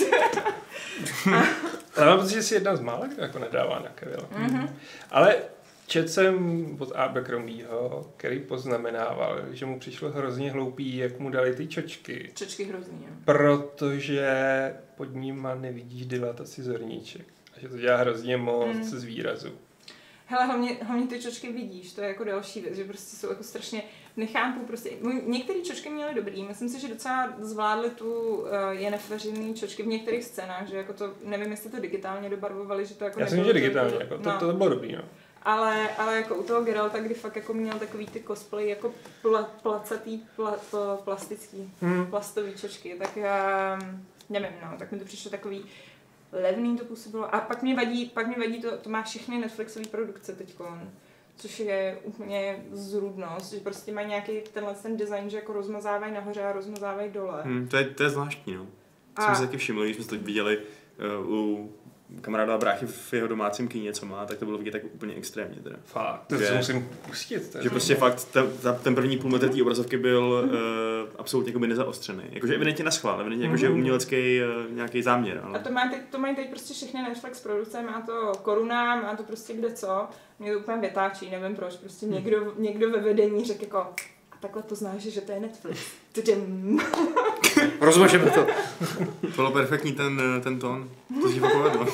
Speaker 2: Ale mám pocit, že jsi jedna z mála, kdo jako nedává na Cavilla. Ale četl jsem od Abercrombieho, který poznamenával, že mu přišlo hrozně hloupý, jak mu dali ty čočky.
Speaker 3: Čočky hrozný, jo.
Speaker 2: Protože pod nima nevidíš dilataci zorníček. A že to dělá hrozně moc z výrazu. Hele,
Speaker 3: hlavně ty čočky vidíš, to je jako další věc, že prostě jsou jako strašně, nechápu prostě, některé čočky měly dobrý, myslím si, že docela zvládly tu jenefveřiný čočky v některých scénách, že jako to, nevím, jestli to digitálně dobarvovali, že to jako
Speaker 2: já jsem že digitálně, jako, to bylo dobrý, no.
Speaker 3: Ale jako u toho Geralta, kdy fakt jako měl takový ty cosplay jako placatý, plastický, plastový čočky, tak nevím, no, tak mi to přišlo takový levný to působilo. A pak mě vadí to má všechny Netflixové produkce teďkon, což je úplně zrůdnost, že prostě mají nějaký ten design, že jako rozmazávají nahoře a rozmazávají dole.
Speaker 1: To je zvláštní, no. Jsme se taky všimli, když jsme to viděli u kamaráda a bráchy v jeho domácím kyně, co má, tak to bylo vidět tak úplně extrémně teda.
Speaker 2: Fakt, to musím pustit.
Speaker 1: Že prostě fakt ten první půlmetr té obrazovky byl absolutně jako by nezaostřený. Jakože evidentně naschvál, evidentně jakože umělecký nějaký záměr. Ale...
Speaker 3: A to mají teď prostě všechny Netflix produkce, má to Koruna, má to prostě kde co. Mě to úplně vytáčí, nevím proč, prostě někdo ve vedení řekl jako a takhle to znáš, že to je Netflix.
Speaker 4: Rozmažeme to.
Speaker 1: Bylo perfektní ten tón, to si povedlo.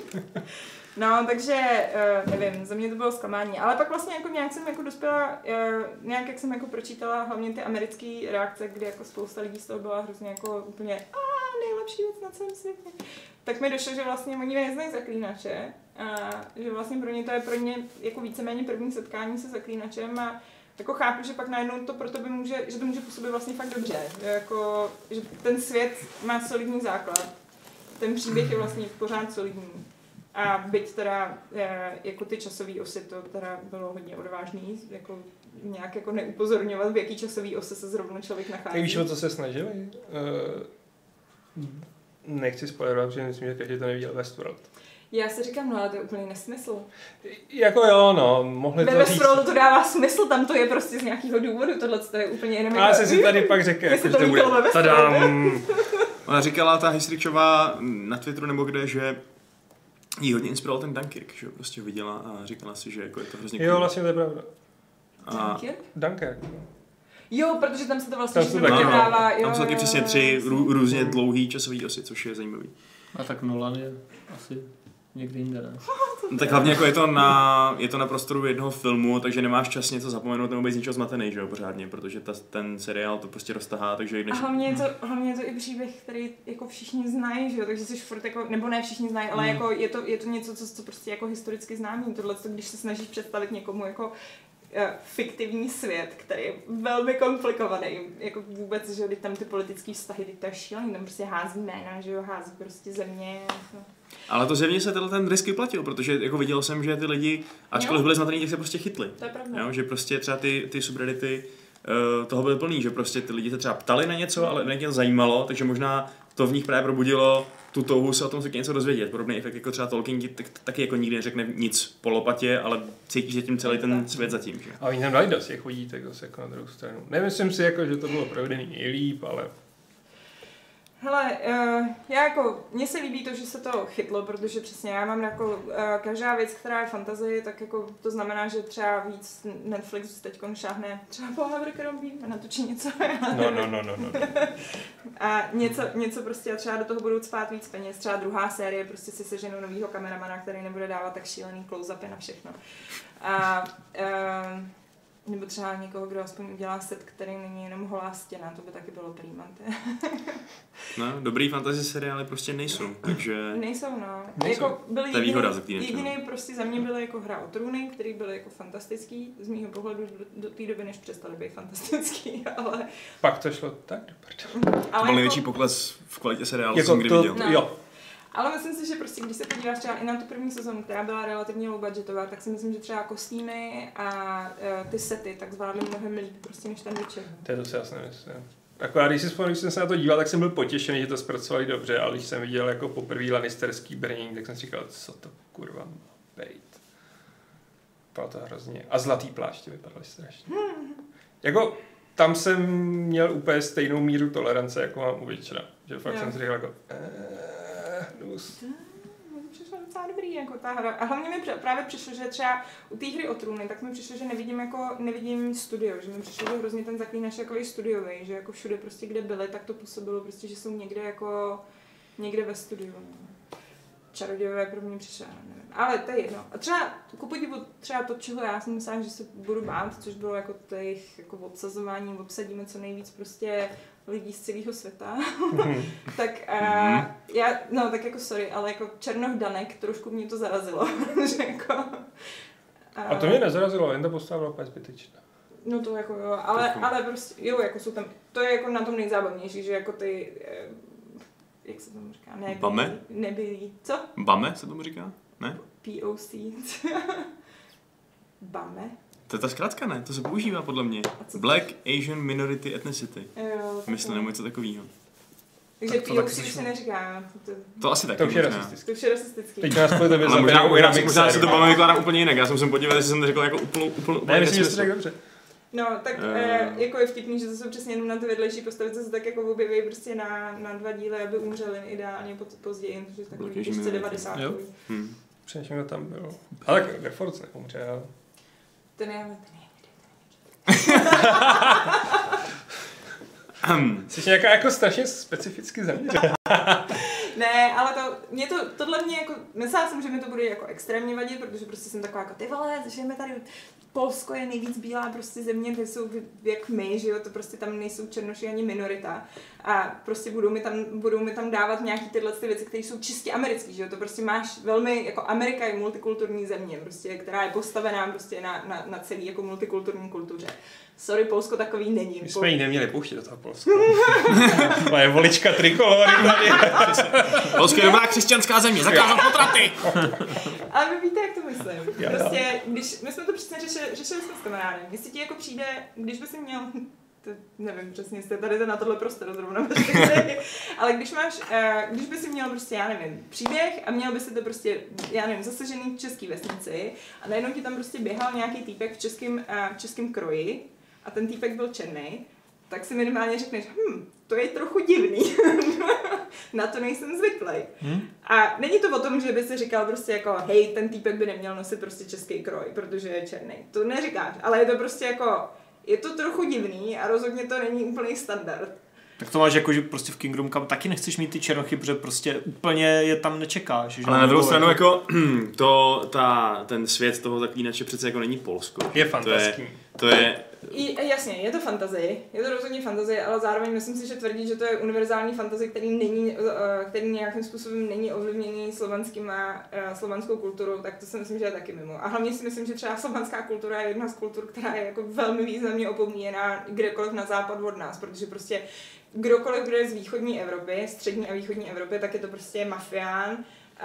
Speaker 3: No, takže nevím, za mě to bylo zklamání, ale pak vlastně jako nějak jsem jako dospěla, nějak jak jsem jako pročítala hlavně ty americké reakce, kdy jako spousta lidí z toho byla hrozně jako úplně nejlepší věc na celém světě. Tak mi došlo, že vlastně oni neznají Zaklínače a že vlastně pro ně jako víceméně první setkání se Zaklínačem a jako chápu, že pak najednou to pro tebe může působit vlastně fakt dobře, že ten svět má solidní základ, ten příběh je vlastně pořád solidní. A byť teda jako ty časové osy, to teda bylo hodně odvážný, jako nějak jako neupozorňovat, v jaký časový ose se zrovna člověk nachází.
Speaker 2: Tak víš, o co se snažili? Nechci spoilerovat, protože myslím, že každý to neviděl Westworld.
Speaker 3: Já si říkám, no ale to je úplný nesmysl.
Speaker 2: Jako jo, no, mohli to říct. Ve
Speaker 3: Westworldu to dává smysl, tam to je prostě z nějakého důvodu, tohle to je úplně jiné.
Speaker 2: Ale se si tady pak řekl, že to bude tadam.
Speaker 1: Ona říkala ta Hystrixová na Twitteru nebo kde, že jí hodně inspiroval ten Dunkirk, že prostě ho viděla a říkala si, že jako je to hrozně cool.
Speaker 2: Jo, vlastně to je pravda.
Speaker 3: Dunkirk?
Speaker 2: Dunkirk.
Speaker 3: Jo, protože tam se to vlastně všechno dává.
Speaker 1: Tam jsou taky přesně 3 různě dlouhý časový osy, což je zajímavý.
Speaker 4: A tak Nolan je asi někdy jinde, ne?
Speaker 1: No, tak hlavně jako je to na prostoru jednoho filmu, takže nemáš čas něco zapomenout nebo být z ničeho zmatený, že jo, pořádně, protože ten seriál to prostě roztahá, takže...
Speaker 3: A hlavně je to i příběh, který jako všichni znají, že jo, takže jsi furt jako, nebo ne všichni znají, ale jako je to něco, co prostě jako historicky známý, tohle, když se snažíš představit někomu jako fiktivní svět, který je velmi komplikovaný, jako vůbec, že jo, tam ty politické vztahy, teď to je šílený, tam prostě hází jména, že jo, hází prostě země. Jako.
Speaker 1: Ale to zjevně se ten risk vyplatil, protože jako viděl jsem, že ty lidi, ačkoliv byli zmatený, tak se prostě chytli.
Speaker 3: To je pravda.
Speaker 1: Jo, že prostě třeba ty subreddity toho byly plný, že prostě ty lidi se třeba ptali na něco, ale mě to zajímalo, takže možná to v nich právě probudilo tu touhu se o tom něco dozvědět. Podobný efekt jako třeba Tolkien taky jako nikdy neřekne nic po lopatě, ale cítí, že tím celý ten svět zatím. Že?
Speaker 2: A oni tam dají dost, jak chodí, tak zase jako na druhou stranu. Nemyslím si, jako, že to bylo provedený nejlíp, ale...
Speaker 3: Hele, mně se líbí to, že se to chytlo, protože přesně já mám jako každá věc, která je fantasy, tak jako to znamená, že třeba víc Netflix teďkon šáhne třeba po Abercrombie a natočí něco.
Speaker 2: No.
Speaker 3: A něco prostě a třeba do toho budou cpát víc peněz, třeba druhá série, prostě si seženou novýho kameramana, který nebude dávat tak šílený close-upy na všechno. Nebo třeba někoho, kdo aspoň udělá set, který není jenom holá stěna, to by taky bylo prýmant.
Speaker 1: No, dobrý fantasy seriály prostě nejsou, takže...
Speaker 3: Nejsou, no.
Speaker 2: Nejsou.
Speaker 3: Jako byly
Speaker 1: To je výhoda za týden.
Speaker 3: jediný prostě za mě byly jako Hra o trůny, který byly jako fantastický, z mýho pohledu do té doby, než přestaly být fantastický, ale...
Speaker 2: Pak to šlo tak do prdele.
Speaker 1: To byl největší pokles v kvalitě seriálu,
Speaker 2: Jako
Speaker 1: jsem kdy viděl.
Speaker 3: No.
Speaker 2: jo.
Speaker 3: Ale myslím si, že prostě, když se podíváš třeba i na tu první sezonu, která byla relativně low budgetová, tak si myslím, že třeba kostýmy a ty sety tak zvládly mnohem líp prostě než ten Witcher.
Speaker 2: To je to, co já si nemyslím. Jako já, když jsem se na to díval, tak jsem byl potěšený, že to zpracovali dobře, ale když jsem viděl jako poprvý lannisterský brnění, tak jsem si říkal, co to kurva má být. Bylo to hrozně. A zlatý pláště vypadaly strašně. Jako tam jsem měl úplně stejnou míru tolerance, jako mám u Witchera. Že fakt jsem si říkal jako
Speaker 3: Přišlo docela dobrý jako ta hra. A hlavně mi právě přišlo, že třeba u té Hry o trůny, tak mi přišlo, že nevidím studio, že mi přišlo, že hrozně ten Zaklínač takový studiový, že jako všude prostě kde byli, tak to působilo prostě, že jsou někde ve studiu. Čarodějové pro mě přišlo, nevím. Ale to je jedno. A třeba, ku podivu, třeba to, čeho já jsem myslela, že se budu bát, což bylo jako těch jako obsazování, obsadíme co nejvíc prostě lidí z celého světa. Tak tak jako sorry, ale jako Černoch Danek, trošku mě to zarazilo. Že jako,
Speaker 2: a to mě nezarazilo, jen to postavilo úplně zbytečné.
Speaker 3: No to jako jo, ale prostě, jo, jako jsou tam, to je jako na tom nejzábavnější, že jako ty, jak se tomu říká?
Speaker 1: Bame?
Speaker 3: Nebylí. Co?
Speaker 1: Bame se tomu říká? Ne?
Speaker 3: POC. Bame?
Speaker 1: To je ta zkrátka, ne? To se používá podle mě. Black Asian Minority Ethnicity.
Speaker 3: Jo,
Speaker 1: myslím, nebo něco takového.
Speaker 3: Takže
Speaker 4: Tak to
Speaker 3: POC
Speaker 4: taky
Speaker 3: už se neříká.
Speaker 1: To asi taky
Speaker 2: To už je
Speaker 1: možná.
Speaker 2: rasistický.
Speaker 3: To už je rasistický.
Speaker 2: Teď nás kvůli tobě
Speaker 1: Ale možná si to
Speaker 2: Bame
Speaker 1: Bame vykládá úplně jinak. Já jsem se podíval, jestli jsem to řekl jako úplně
Speaker 2: Ne, myslím, že jsi
Speaker 1: nesmysl.
Speaker 2: řekl dobře.
Speaker 3: No, tak jako je vtipný, že to jsou přesně jenom na ty vedlejší postavy, co se tak jako objeví prostě na 2 díly, aby umřeli ideálně později, protože takový těžce 90.
Speaker 2: Přemýšlím, kdo tam byl. Ale tak Gerfords neumřel.
Speaker 3: Ten je.
Speaker 2: Jsi nějaká jako strašně specificky zaměřená.
Speaker 3: Ne, ale tohle mě jako, myslela jsem, že mi to bude jako extrémně vadit, protože prostě jsem taková jako ty vole, žijeme tady, Polsko je nejvíc bílá prostě země, ty jsou jak my, že jo, to prostě tam nejsou černoši ani minorita a prostě budou mi tam dávat nějaký tyhle ty věci, které jsou čistě americký, že jo, to prostě máš velmi, jako Amerika je multikulturní země, prostě, která je postavená prostě na celý jako multikulturní kultuře. Sorry, Polsko takový není.
Speaker 2: My jsme jí neměli pouštět do toho Polska. To je volička trikolory.
Speaker 1: Polsko je dobrá křesťanská země, zakázat potraty!
Speaker 3: Ale vy víte, jak to myslím.
Speaker 2: Jo.
Speaker 3: Prostě, když my jsme to přesně řešili jsme s kamarádem. Jestli ti jako přijde, když by si měl, to nevím přesně, jste tady na tohle prostor zrovna, ale když by si měl prostě, já nevím, příběh a měl by si to prostě, já nevím, zasažený v české vesnici a najednou ti tam prostě běhal nějaký týpek v českém kroji a ten týpek byl černý, tak si minimálně řekneš, to je trochu divný. Na to nejsem zvyklý. A není to o tom, že by si říkal prostě jako, hej, ten týpek by neměl nosit prostě český kroj, protože je černý. To neříkáš, ale je to prostě jako, je to trochu divný a rozhodně to není úplný standard.
Speaker 4: Tak to máš jako, že prostě v Kingdom Come taky nechceš mít ty černochy, protože prostě úplně je tam nečekáš. Že
Speaker 1: ale na druhou stranu jako ten svět toho Zaklínače přece jako není Polsko.
Speaker 2: Je fantastický.
Speaker 1: To je
Speaker 3: Jasně, je to fantasy, je to rozhodně fantasy, ale zároveň myslím si, že tvrdit, že to je univerzální fantasy, který nějakým způsobem není ovlivněný slovanskou kulturou, tak to si myslím, že je taky mimo. A hlavně si myslím, že třeba slovanská kultura je jedna z kultur, která je jako velmi významně opomíjená kdekoliv na západ od nás, protože prostě kdokoliv, kdo je z východní Evropy, střední a východní Evropy, tak je to prostě mafián,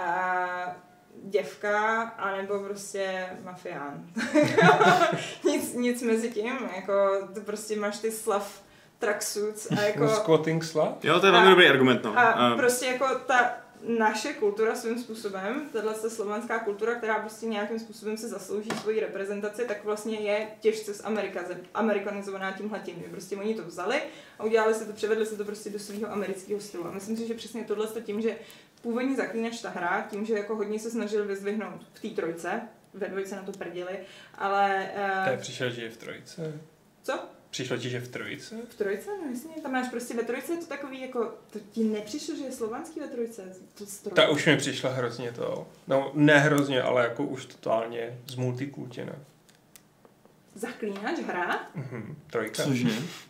Speaker 3: děvka, anebo prostě mafián. nic mezi tím, jako to prostě máš ty slav tracksuits a jako...
Speaker 2: Squatting slav?
Speaker 1: Jo, to je velmi dobrý argument, no.
Speaker 3: A prostě jako ta naše kultura svým způsobem, tahle slovanská kultura, která prostě nějakým způsobem se zaslouží svoji reprezentaci, tak vlastně je těžce amerikanizovaná tímhletím. Prostě oni to vzali a udělali se to, převedli se to prostě do svého amerického stylu. A myslím si, že přesně tohle tím, že původní Zaklínač, ta hra, tím, že jako hodně se snažil vyzdvihnout v té trojce, ve dvojce na to prdili, ale...
Speaker 2: To je přišel, že je v trojce.
Speaker 3: Co?
Speaker 2: Přišlo ti, že v trojce?
Speaker 3: V trojce? No jasně, tam máš prostě ve trojce, je to takový jako, to ti nepřišlo, že je slovanský ve trojce?
Speaker 2: Ta už mi přišla hrozně to, no ne hrozně, ale jako už totálně z multikultina.
Speaker 3: Zaklínač hra?
Speaker 2: Trojka.
Speaker 1: Cože?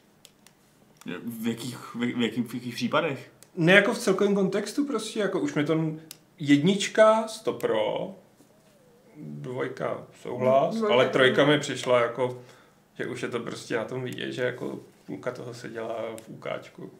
Speaker 1: V jakých případech?
Speaker 2: Ne jako v celkovém kontextu prostě, jako už mi to 1 100 pro, 2 souhlas, ale 3 mi přišla jako, že už je to prostě na tom vidět, že jako půlka toho se dělá v úkáčku.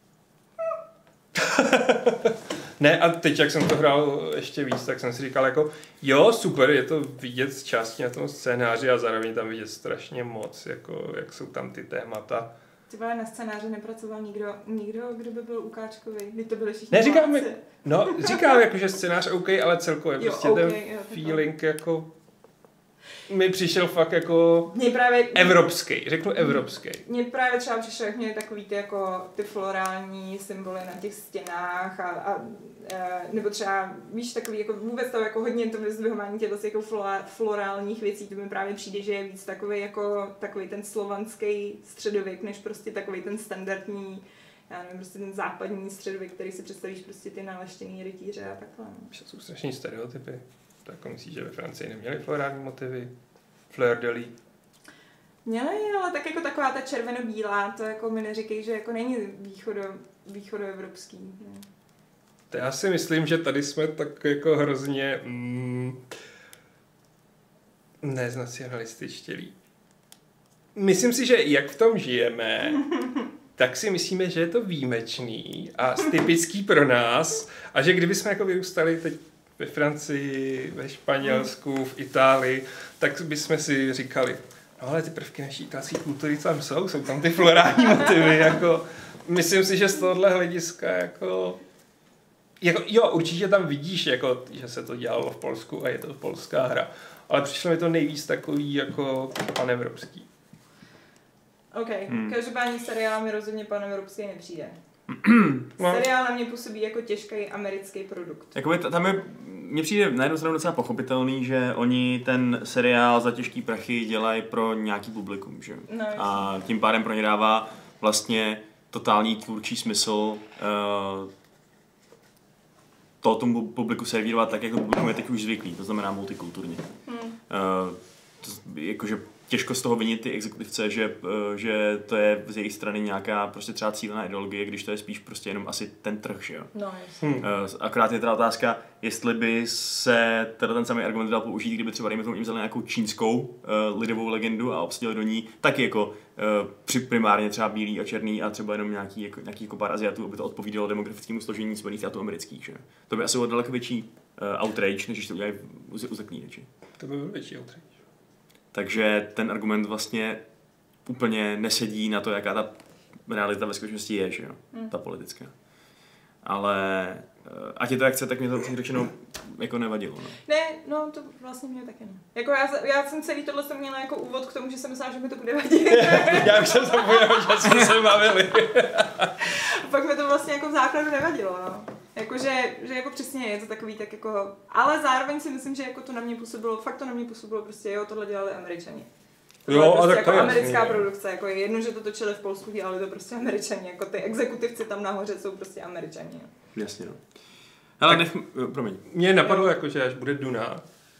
Speaker 2: Ne, a teď, jak jsem to hrál ještě víc, tak jsem si říkal jako, jo, super, je to vidět z části na tom scénáři a zároveň tam vidět strašně moc, jako, jak jsou tam ty témata.
Speaker 3: Ty vole, na scénáři nepracoval nikdo, kdo by byl ukáčkový, kdy to byly všichni
Speaker 2: Neříkám,
Speaker 3: vládci.
Speaker 2: říkám jako, že scénář OK, ale celkově
Speaker 3: Jo,
Speaker 2: prostě
Speaker 3: okay,
Speaker 2: ten feeling jako mi přišel fakt jako evropský, řeknu evropský.
Speaker 3: Mně právě třeba přišlo, jak měli takový ty, jako, ty florální symboly na těch stěnách a nebo třeba, víš, takový jako vůbec to jako hodně to vyzdvihování těchto jako florálních věcí, to mi právě přijde, že je víc takový jako takový ten slovanský středověk, než prostě takový ten standardní, já nevím, prostě ten západní středověk, který si představíš prostě ty naleštěný rytíře a takhle.
Speaker 2: To jsou strašný stereotypy. To jako myslíš, že ve Francii neměli florální motivy? Fleur de lis.
Speaker 3: Měli, ale tak jako taková ta červeno-bílá, to jako mi neříkej, že jako není východoevropský. Ne.
Speaker 2: To já si myslím, že tady jsme tak jako hrozně neznacionalističtělí. Myslím si, že jak v tom žijeme, tak si myslíme, že je to výjimečný a typický pro nás a že kdybychom jako vyrůstali teď ve Francii, ve Španělsku, v Itálii, tak bychom si říkali, no ale ty prvky naší italské kultury tam jsou tam ty florální motivy, jako myslím si, že z tohohle hlediska jako jo, určitě tam vidíš, jako, že se to dělalo v Polsku a je to polská hra, ale přišlo mi to nejvíc takový jako panevropský.
Speaker 3: OK, každopádně seriál mi rozhodně panevropský nepřijde. Seriál na mě působí jako těžký americký produkt.
Speaker 1: Jakoby tam je, mně přijde na jednu stranu docela pochopitelný, že oni ten seriál za těžký prachy dělají pro nějaký publikum, že?
Speaker 3: No,
Speaker 1: a tím pádem pro ně dává vlastně totální tvůrčí smysl to tomu publiku servírovat tak, jako publikum je teď už zvyklý, to znamená multikulturně. Jakože těžko z toho vinit ty exekutivce, že to je z jejich strany nějaká prostě třeba cílená ideologie, když to je spíš prostě jenom asi ten trh, že jo.
Speaker 3: No,
Speaker 1: Akorát je teda otázka, jestli by se ten samý argument dal použít, kdyby třeba dejme tomu jim vzali nějakou čínskou lidovou legendu a obsadili do ní taky jako primárně třeba bílý a černý a třeba jenom nějaký jako pár Asiatů, aby to odpovídalo demografickému složení Spojených států amerických, že jo. To by asi bylo daleko větší outrage, než když to udělají u Zaklínači.
Speaker 2: To by byl větší outrage.
Speaker 1: Takže ten argument vlastně úplně nesedí na to, jaká ta realita ve skutečnosti je, že jo? Ta politická. Ale ať je to jak chce, tak mě to řečeno jako nevadilo. No.
Speaker 3: Ne, no to vlastně mě taky ne. Jako já jsem celý tohle jsem měla jako úvod k tomu, že jsem myslela, že mi to bude vadit.
Speaker 2: Já už jsem zapomněla, že jsme se bavili.
Speaker 3: Pak mi to vlastně jako v základu nevadilo, no. Jakože, že jako přesně je to takový tak jako, ale zároveň si myslím, že jako to na mě působilo, fakt to na mě působilo prostě, jo, tohle dělali Američani.
Speaker 2: Jo,
Speaker 3: prostě
Speaker 2: a tak
Speaker 3: jako
Speaker 2: to je
Speaker 3: americká
Speaker 2: jasný,
Speaker 3: produkce, jako je jedno, že to točili v Polsku, dělali to prostě Američani, jako ty exekutivci tam nahoře jsou prostě Američani. Jo.
Speaker 1: Jasně, no. Ale promiň.
Speaker 2: Mně napadlo jako, že až bude Duna,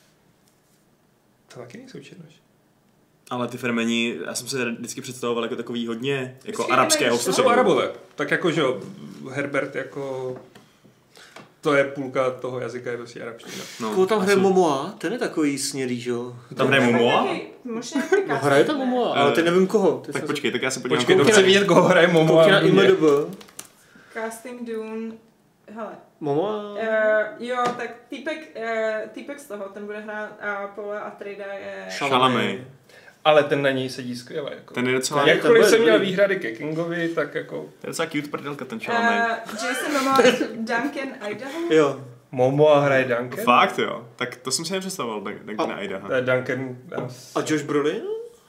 Speaker 2: to taky nejsou Černoši.
Speaker 1: Ale ty Fermeni, já jsem se vždycky představoval jako takový hodně jako arabského
Speaker 2: To jsou Arabové, tak jako, že jo, Herbert jako... To je půlka toho jazyka, je prostě arabština.
Speaker 4: No, tam hraje Momoa, ten je takový snědý, že jo?
Speaker 1: Tam hraje Momoa?
Speaker 4: No, hraje tam Momoa, ale ty nevím koho.
Speaker 1: Tak počkej, tak já se podívám.
Speaker 2: Počkej, to chci vidět, koho hraje Momoa.
Speaker 4: Koukni na IMDb.
Speaker 3: Casting Dune, hele.
Speaker 4: Momoa?
Speaker 3: Jo, tak týpek z toho, ten bude hrát a Paula Atreida je...
Speaker 1: Chalamet.
Speaker 2: Ale ten na něj sedí skvěle. Jako.
Speaker 1: Ten je docela...
Speaker 2: Jakkoliv jsem měl výhrady ke Kingovi, tak jako...
Speaker 1: To je docela cute prdelka, ten Chalamet.
Speaker 3: Jason Momoa, Duncan Idaho?
Speaker 4: Jo.
Speaker 2: Momoa hraje Duncan?
Speaker 1: Fakt jo, tak to jsem si nepředstavoval, Duncan Idaho.
Speaker 2: To je Duncan...
Speaker 4: A Josh Brolin?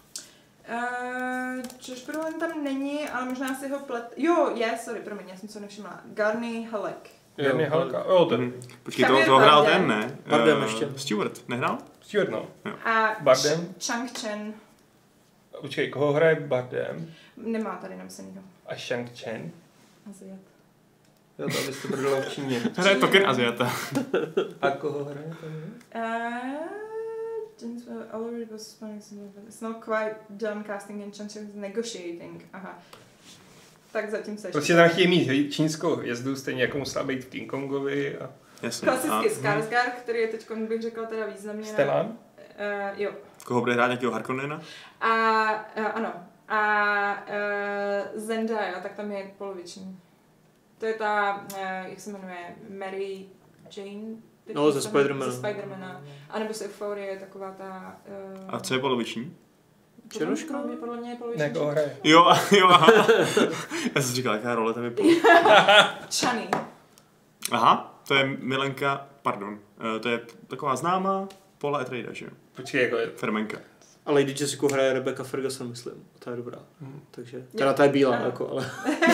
Speaker 3: Josh Brolin tam není, ale možná si ho Jo, promiň, já jsem se nevšimla. Garny Halleck.
Speaker 2: Garny Hallecka, jo, ten.
Speaker 1: Počkej, to hrál ten, ne?
Speaker 4: Bardem ještě.
Speaker 1: Stewart, nehrál?
Speaker 2: Stewart, no.
Speaker 3: A
Speaker 2: Bardem?
Speaker 3: Chang Chen.
Speaker 2: Počkej, koho hraje Bardem?
Speaker 3: Nemá tady napsanýho.
Speaker 2: A Shang Chen?
Speaker 3: Aziat.
Speaker 2: Jo, to abyste brdala v Číně.
Speaker 1: Hraje Token Asiata.
Speaker 2: A koho hraje
Speaker 3: already was spawning. It's not quite done casting enchantments, negotiating. Aha. Tak zatím seš.
Speaker 2: Prostě tam chtějí mít čínskou hvězdu, stejně jako musela být v King Kongovi. A...
Speaker 1: Jasně.
Speaker 3: Klasicky Skarsgård, který je teď, bych řekla, teda významně...
Speaker 2: Stellan?
Speaker 3: Jo.
Speaker 1: Koho bude hrát, nějakého Harkonnena?
Speaker 3: Ano. A Zendaya, tak tam je poloviční. To je ta, jak se jmenuje, Mary Jane?
Speaker 4: No, ze Spidermana.
Speaker 3: Ze Spidermana. A nebo z Euphorie, taková ta...
Speaker 1: A co je poloviční?
Speaker 3: Černoška? Podle mě je poloviční.
Speaker 2: Ne, koho hraje.
Speaker 1: Jo, aha. Já jsem říkal, jaká role tam je
Speaker 3: Chani.
Speaker 1: Aha, to je Milenka, pardon, to je taková známá Paula Atreida, že jo?
Speaker 2: Počkej, jako je...
Speaker 1: Fermenka.
Speaker 4: A Lady Jessica hraje Rebecca Ferguson, myslím. Ta je dobrá. Takže, teda ta je bílá, jako, ale...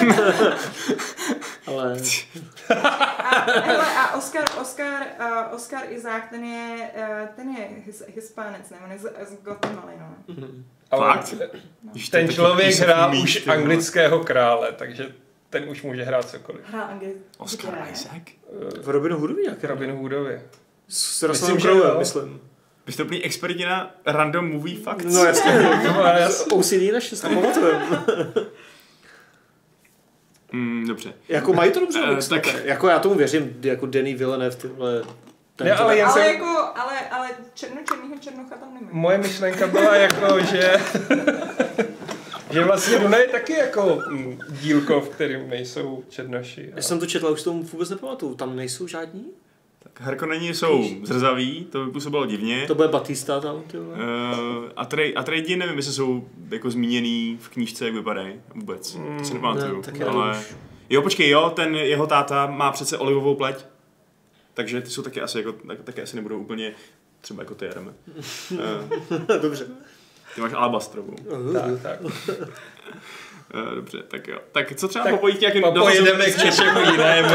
Speaker 4: ale...
Speaker 3: A Oscar Isaac, ten je Hispánec, ne? On je z Guatemaly, no.
Speaker 1: Fakt?
Speaker 2: Ten člověk hrá už anglického krále, takže ten už může hrát cokoliv.
Speaker 1: Oscar Isaac?
Speaker 4: V Robinu Hoodovi nějaké?
Speaker 2: Robin Hoodovi.
Speaker 4: S Russellem Crowe, myslím.
Speaker 1: Vy jste úplný experti na random movie facts.
Speaker 4: No jasně, OCD naše, to pamatujeme.
Speaker 1: Dobře.
Speaker 4: Jako mají to dobře,
Speaker 1: tak...
Speaker 4: jako já tomu věřím, jako Denis Villeneuve, tyhle...
Speaker 2: Ne, ale
Speaker 3: ale černýho černocha tam nemá.
Speaker 2: Moje myšlenka byla jako, že vlastně Duna je taky jako dílko, v kterým nejsou černoši.
Speaker 4: Já jsem to četl, už tomu vůbec nepamatuju, tam nejsou žádní?
Speaker 1: Tak Harkonneni jsou zrzaví, to by působilo divně.
Speaker 4: To bude Batista tam, ty vole.
Speaker 1: Atreidi nevím, jestli jsou jako zmíněný v knížce, jak vypadají vůbec. To si nepamatuju. Ale... Jo, počkej, jo, ten jeho táta má přece olivovou pleť. Takže ty jsou taky asi, jako, taky asi nebudou úplně třeba jako ty jedeme.
Speaker 4: Dobře.
Speaker 1: Ty máš alabastrovou.
Speaker 2: Tak.
Speaker 1: Dobře, tak jo. Tak co třeba popojit nějakým
Speaker 2: pojedeme k něčemu jinému.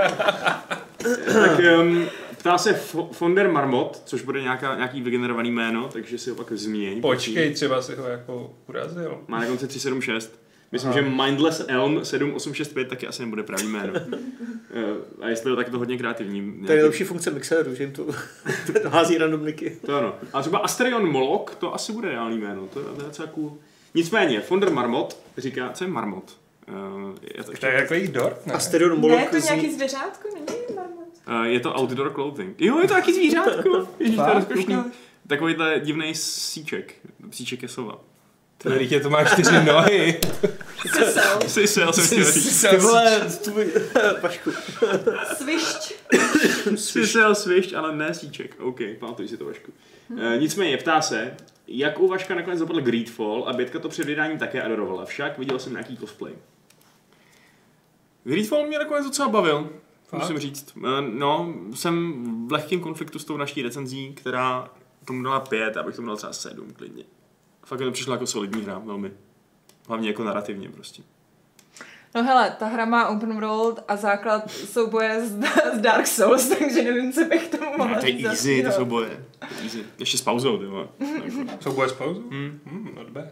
Speaker 1: Tak ptá se Fonder Marmot, což bude nějaký vygenerovaný jméno, takže si ho pak změň.
Speaker 2: Počkej, třeba si ho jako urazil.
Speaker 1: Má na konci 376. Myslím, že Mindless Elm 7865 taky asi nebude pravý jméno. A jestli to, tak to hodně kreativní.
Speaker 4: To je nejlepší funkce Mixeru, že jim to hází randomniky.
Speaker 1: To ano. A třeba Asterion Moloch, to asi bude reálný jméno. To je docela cool. Nicméně, Fonder Marmot říká, co je marmot?
Speaker 2: To je jako jich dort, ne?
Speaker 4: Asterion Moloch.
Speaker 3: Ne, to nějaký zvěřátko, není marmot.
Speaker 1: Je to outdoor clothing. Jo, je to taky zvířátko. Ježíš, to je rozkošný. Takovýhle divnej síček. Psíček je sova.
Speaker 2: Tady to má 4 nohy.
Speaker 1: Sisel jsem chtěl říct.
Speaker 4: Ty vole, Pašku.
Speaker 3: Svišť.
Speaker 1: Sisel, svišť, ale ne síček. OK, pamatuj si to, Vašku. Nicméně, ptá se, jak u Vaška nakonec dopadl Greedfall a Bětka to před vydáním také adorovala. Však viděl jsem nějaký cosplay. Greedfall mě nakonec docela bavil, musím říct. No, jsem v lehkém konfliktu s tou naší recenzí, která tomu dala 5, abych tomu dal třeba 7 klidně. Fakt to přišla jako solidní hra, velmi. Hlavně jako narrativně prostě.
Speaker 3: No hele, ta hra má open world a základ souboje z Dark Souls, takže nevím, co bych tomu mohla říct.
Speaker 1: To je easy, to souboje. Easy. Ještě s pauzou, ty vole.
Speaker 2: Souboje s pauzou? Not bad.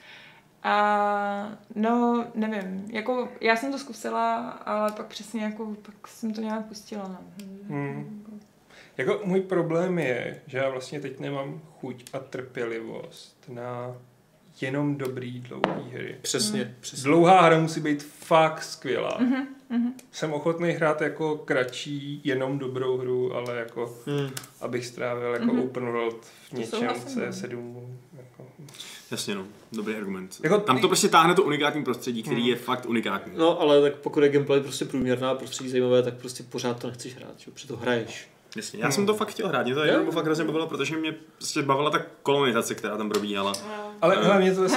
Speaker 3: A no, nevím, jako já jsem to zkusila, ale pak přesně jako, pak jsem to nějak pustila.
Speaker 2: Jako můj problém je, že já vlastně teď nemám chuť a trpělivost na jenom dobrý dlouhý hry.
Speaker 4: Přesně.
Speaker 2: Dlouhá hra musí být fakt skvělá. Jsem ochotný hrát jako kratší, jenom dobrou hru, ale jako abych strávil jako open world v něčem C7. Jako.
Speaker 1: Jasně no, dobrý argument.
Speaker 2: Jako
Speaker 1: tam to prostě táhne to unikátní prostředí, který je fakt unikátní.
Speaker 4: No ale tak pokud je gameplay prostě průměrná, prostředí zajímavé, tak prostě pořád to nechceš hrát, že? Protože to hraješ.
Speaker 1: Jasně, já jsem to fakt chtěl hrát, mě to jenom fakt hrozně bavilo, protože mě prostě bavila ta kolonizace, která tam probíhala.
Speaker 2: Ale hlavně to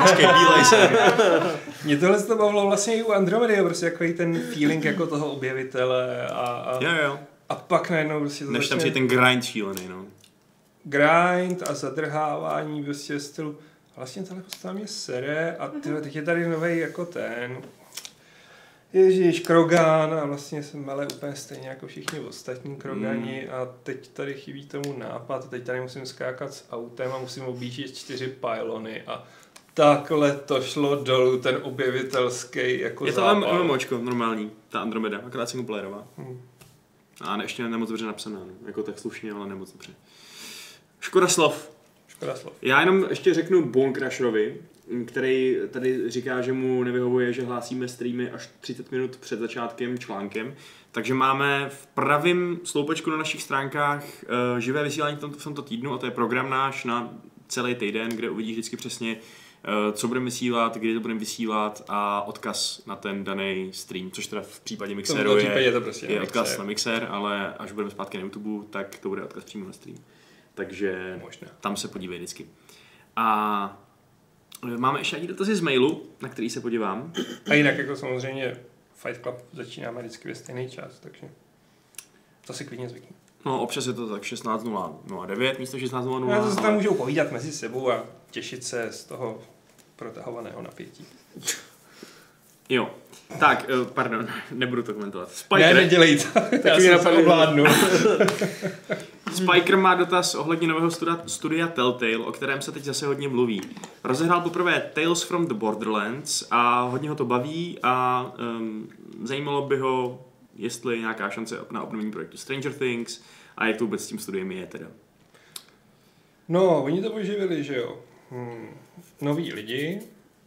Speaker 2: mě tohle to bavilo vlastně i u Andromedy, prostě takový ten feeling jako toho objevitele a pak najednou prostě to
Speaker 1: než tam přijde ten grind šílený, no.
Speaker 2: Grind a zadrhávání prostě stylu. Vlastně tohle postava mě sere a teď je tady novej jako ten Ježíš, Krogan a vlastně se mele úplně stejně jako všichni ostatní Krogani a teď tady chybí tomu nápad a teď tady musím skákat s autem a musím objíždět 4 pylony a takhle to šlo dolů, ten objevitelský jako
Speaker 1: je to
Speaker 2: zápal.
Speaker 1: MMOčko normální, ta Andromeda, akorát singleplayerová. A ještě nemoc dobře napsaná, no. Jako tak slušně, ale nemoc dobře. Škoda slov.
Speaker 2: Škoda slov.
Speaker 1: Já jenom ještě řeknu Bone Crusherovi, který tady říká, že mu nevyhovuje, že hlásíme streamy až 30 minut před začátkem článkem. Takže máme v pravém sloupečku na našich stránkách živé vysílání v tomto týdnu a to je program náš na celý týden, kde uvidíš vždycky přesně, co budeme vysílat, kdy to budeme vysílat a odkaz na ten daný stream, což teda v případě Mixeru je odkaz na Mixer, ale až budeme zpátky na YouTube, tak to bude odkaz přímo na stream. Takže možná. Tam se podívej vždycky. A máme ještě nějaký dotazy z mailu, na který se podívám.
Speaker 2: A jinak jako samozřejmě Fight Club začínáme vždycky ve stejný čas, takže to si klidně zvykni.
Speaker 1: No, občas je to tak 16:09 místo 16:00.
Speaker 2: No, to se tam můžou povídat mezi sebou a těšit se z toho protahovaného napětí.
Speaker 1: Jo. Tak, pardon, nebudu to komentovat.
Speaker 2: Spiker. Ne, nedělej to. Já jsem se ovládnu.
Speaker 1: Spiker má dotaz ohledně nového studia Telltale, o kterém se teď zase hodně mluví. Rozehrál poprvé Tales from the Borderlands a hodně ho to baví a zajímalo by ho, jestli je nějaká šance na obnovení projektu Stranger Things a jak to vůbec s tím studiem je teda.
Speaker 2: No, oni to poživili, že jo. Noví lidi,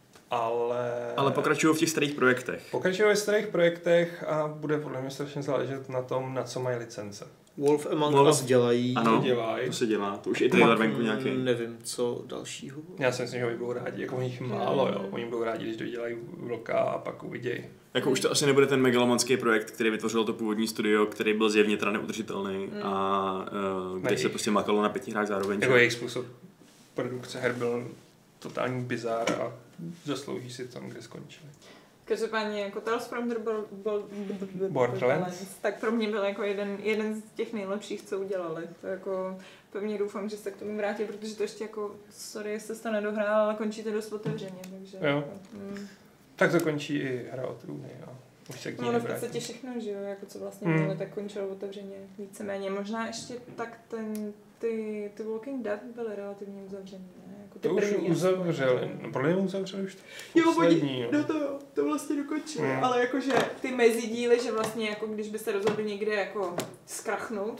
Speaker 2: ale
Speaker 1: pokračují v těch starých projektech.
Speaker 2: Pokračují v starých projektech a bude podle mě strašně záležet na tom, na co mají licence.
Speaker 4: Wolf Among Us dělají.
Speaker 1: Ano, to se dělá. To už je trailer venku nějaký.
Speaker 4: Nevím, co dalšího.
Speaker 2: Já si myslím, že oni budou rádi, jako oni jich málo, jo. Oni budou rádi, když dodělají vlka a pak uvidějí.
Speaker 1: Jako už to asi nebude ten megalomanský projekt, který vytvořil to původní studio, který byl zjevně teda neudržitelný a kde se prostě makalo na 5 hrách zároveň.
Speaker 2: Jako jejich způsob produkce her byl totální bizár a zaslouží si tam, kde skončili.
Speaker 3: Každopádně jako Tales from the
Speaker 2: Borderlands,
Speaker 3: tak pro mě byl jako jeden z těch nejlepších, co udělali. To jako pevně doufám, že se k tomu vrátí, protože to ještě jako, sorry, jestli jste to nedohrál, ale končí to dost otevřeně, takže...
Speaker 2: Jo. Tak to končí i Hra o trůny, jo. Už se k ní nevrátí.
Speaker 3: V podstatě všechno, že jo, jako co vlastně měli, tak končilo otevřeně víceméně. Možná ještě tak ty Walking Dead byly relativně uzavřený, ne? Jako
Speaker 2: to už uzavřeli, no podle mě uzavřeli už to poslední.
Speaker 3: No to vlastně dokončilo, ale jakože ty mezidíly, že vlastně jako když by se rozhodli někde jako zkrachnout,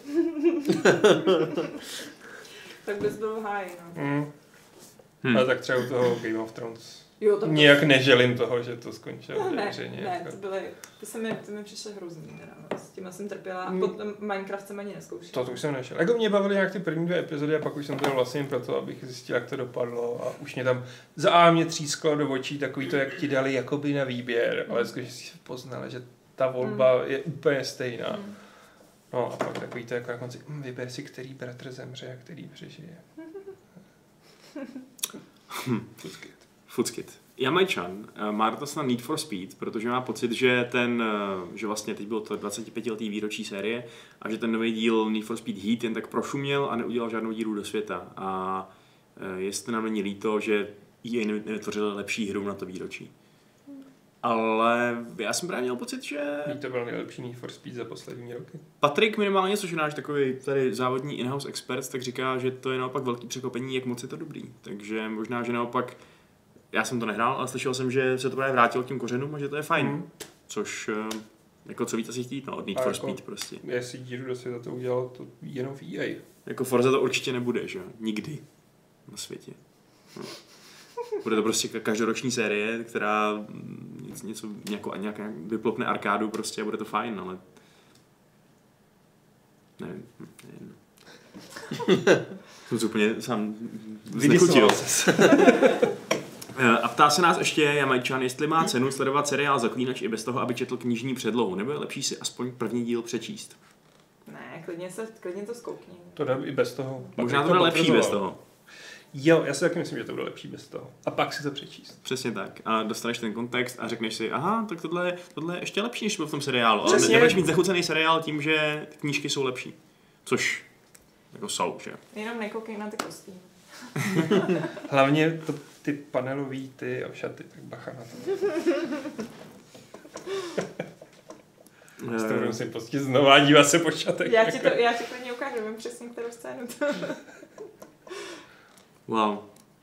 Speaker 3: tak bys byl v háji, no.
Speaker 2: Ale tak třeba u toho Game of Thrones
Speaker 3: nějak
Speaker 2: neželím toho, že to skončilo.
Speaker 3: Ne, ty mi přišly hrozný, teda, s tím jsem trpěla a potom Minecraft jsem ani neskoušela.
Speaker 2: To už jsem nešel. Jako mě bavily nějak ty první 2 epizody a pak už jsem to vlastně proto, abych zjistil, jak to dopadlo a už mě tam mě třísklo do očí takový to, jak ti dali jakoby na výběr, ale že si poznala, že ta volba je úplně stejná. No a pak takový to jako na konci, vyber si, který bratr zemře a který přežije.
Speaker 1: Fuckit. Jamajčan má dotaz na Need for Speed, protože má pocit, že že vlastně teď bylo to 25letý výročí série a že ten nový díl Need for Speed Heat jen tak prošuměl a neudělal žádnou díru do světa. A jestli nám není líto, že EA nevytvořil lepší hru na to výročí. Ale já jsem právě měl pocit, že...
Speaker 2: To byl nejlepší Need for Speed za poslední roky.
Speaker 1: Patrik minimálně, což je náš takový tady závodní in-house expert, tak říká, že to je naopak velký překvapení, jak moc je to dobrý. Takže možná, že naopak, já jsem to nehrál, ale slyšel jsem, že se to právě vrátilo k těm kořenům a že to je fajn. Což, jako co víc asi chtít, no, od Need for Speed prostě.
Speaker 2: Jestli díru do světa to udělalo, to jenom v EA.
Speaker 1: Jako Forza to určitě nebude, že? Nikdy na světě. No. Bude to prostě každoroční série, která nějak vyplopne arkádu prostě a bude to fajn, ale... Nevím. Jsem se úplně sám znechutil. A ptá se nás ještě Jamajčan, jestli má cenu sledovat seriál Zaklínač i bez toho, aby četl knižní předlohu, nebo je lepší si aspoň první díl přečíst?
Speaker 3: Ne, klidně to zkoukni.
Speaker 2: To dá i bez toho.
Speaker 1: Možná to bude lepší bez toho.
Speaker 2: Jo, já si taky myslím, že to bude lepší bez toho. A pak si to přečíst.
Speaker 1: Přesně tak. A dostaneš ten kontext a řekneš si, aha, tak tohle je ještě lepší, než byl v tom seriálu. Ale nebudeš mít zachucený seriál tím, že knížky jsou lepší. Což jako jsou, že?
Speaker 3: Jenom nekoukej na ty kostýmy.
Speaker 2: Hlavně ty panelový ty ošaty, tak bacha na to. To musím pustit znovu a dívat se po šatech.
Speaker 3: Já ti klidně ukážu, vím přesně, kterou scénu to.
Speaker 1: Wow.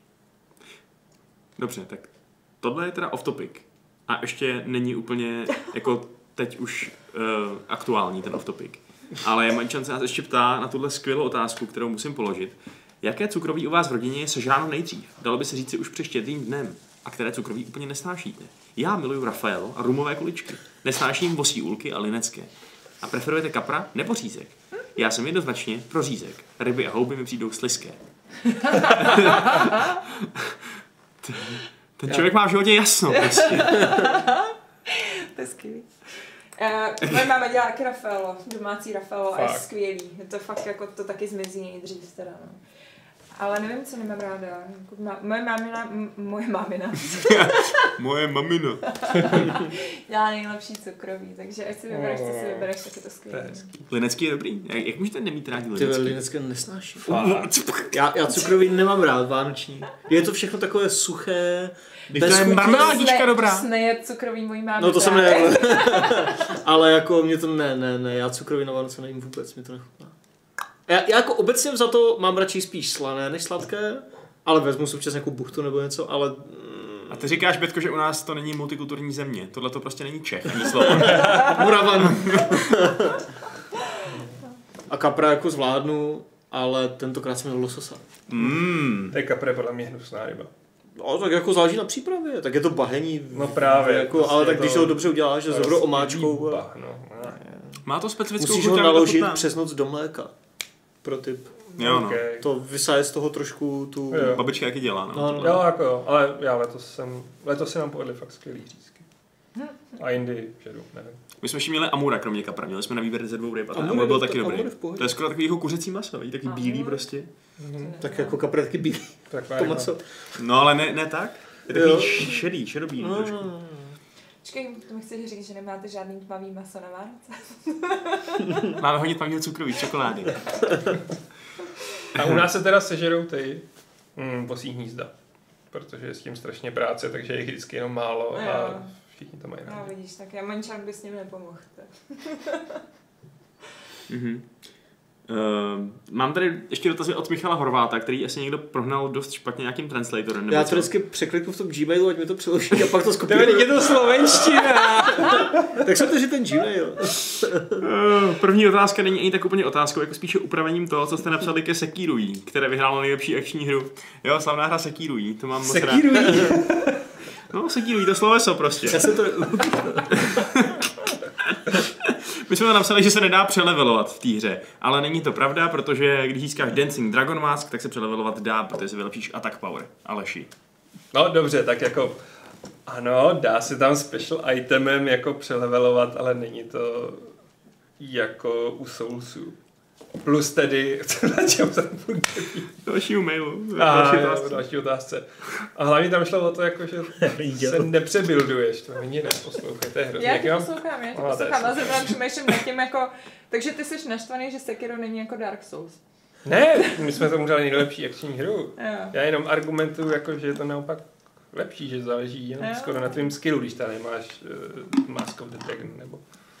Speaker 1: Dobře, tak tohle je teda off topic. A ještě není úplně jako teď už aktuální ten off topic. Ale Mančan se nás ještě ptá na tuhle skvělou otázku, kterou musím položit. Jaké cukroví u vás v rodině je sežráno nejdřív? Dalo by se říci už před Štědrým dnem. A které cukroví úplně nesnášíte? Já miluju Rafaelo a rumové kuličky. Nesnáším vosí úlky a linecké. A preferujete kapra nebo řízek? Já jsem jednoznačně pro řízek. Ryby a houby mi přijdou slizké. Ten člověk má v životě jasno. Prostě.
Speaker 3: To je skvělý. Moje máma dělá taky Raffaello, domácí Raffaello a je skvělý. Je to fakt jako to taky zmizí nejdřív teda, no. Ale nevím, co nemám ráda. Moje mamina.
Speaker 1: Moje mamina.
Speaker 3: Dělá nejlepší cukroví, takže až si vybereš, co si vybereš, tak je to skvělé.
Speaker 1: Linecký je dobrý. Jak můžete nemít rádi linecký?
Speaker 4: Ty linecké nesnáším. Já cukroví nemám rád, vánoční. Je to všechno takové suché, bez chuti.
Speaker 1: Marmeládička dobrá.
Speaker 3: Jsi nejet cukroví mojí mámě.
Speaker 4: No to jsem nejedl. Ale jako mě to ne, já cukroví na Vánoce nejím vůbec, mě to nechutná. Já jako obecně za to mám radši spíš slané než sladké, ale vezmu si občas nějakou buchtu nebo něco, ale...
Speaker 1: A ty říkáš, Bětko, že u nás to není multikulturní země. Tohle to prostě není Čech, ani slovo.
Speaker 4: Moravan. A kapra jako zvládnu, ale tentokrát jsem měl lososa.
Speaker 2: To je kapra podle mě hnusná ryba.
Speaker 4: No, tak jako záleží na přípravě, tak je to bahení.
Speaker 2: No právě.
Speaker 4: Jako,
Speaker 2: prostě
Speaker 4: ale tak když to dobře uděláš, že s dobrou omáčkou.
Speaker 1: Má to specifickou
Speaker 4: musíš ho naložit přes noc do mléka. Pro tip.
Speaker 1: Jo, no.
Speaker 2: Okay.
Speaker 4: To vysaje z toho trošku tu...
Speaker 2: Jo.
Speaker 1: Babička jaký dělá, no.
Speaker 2: Jo, jako jo, ale já letos si nám povedli fakt skvělý řízky. A jindy žeru, nevím.
Speaker 1: My jsme ještě měli amura, kromě kapra. Měli jsme na výběr ze 2 ryb a ten amur byl taky dobrý. To je skoro takový jako kuřecí maso, taky bílý prostě.
Speaker 4: Tak jako kapra taky bílý. To maso.
Speaker 1: No ale ne tak. Je takový šedobílý trošku.
Speaker 3: Počkej, to mi chceš říct, že nemáte žádný tmavý maso na Vánoce?
Speaker 1: Máme hodně tmavý cukrový, čokolády.
Speaker 2: A u nás se teda sežerou ty bosí hnízda. Protože je s tím strašně práce, takže je vždycky jenom málo a všichni to mají rádi.
Speaker 3: No vidíš, tak já mančák by s ním nepomohl.
Speaker 1: Mám tady ještě dotazy od Michala Horváta, který asi někdo prohnal dost špatně nějakým translatorem.
Speaker 4: Já to vždycky překliknu v tom Gmailu, ať mi to přeloží a pak to skopíruju.
Speaker 2: Je to slovenština!
Speaker 4: Tak jsem to, že ten Gmail.
Speaker 1: První otázka není ani tak úplně otázkou, jako spíše upravením toho, co jste napsali ke Sekirují, které vyhrálo nejlepší akční hru. Jo, slavná hra Sekirují, to mám moc rád.
Speaker 2: Sekirují?
Speaker 1: No, Sekirují, to sloveso prostě.
Speaker 4: Já jsem to...
Speaker 1: My jsme napsali, že se nedá přelevelovat v té hře, ale není to pravda, protože když získáš Dancing Dragon Mask, tak se přelevelovat dá, protože si vylepšíš attack power. Aleši.
Speaker 2: No dobře, tak jako ano, dá se tam special itemem jako přelevelovat, ale není to jako u Soulsů. Plus tedy, na čem tam bude být?
Speaker 1: Dalšímu mailu.
Speaker 2: Další otázce. A hlavně tam šlo o to, jako, že se nepřebilduješ. To mě neposlouchej, to je hrozně.
Speaker 3: Já tě poslouchám, a zrovna přemýšlím nad tím jako... Takže ty jsi naštvaný, že Sekiro není jako Dark Souls.
Speaker 2: Ne, my jsme tomu dali nejlepší akční hru.
Speaker 3: Jo.
Speaker 2: Já jenom argumentuju, jako, že je to naopak lepší, že záleží jenom skoro na tvým skillu, když tady máš Mask of the Dragon, nebo...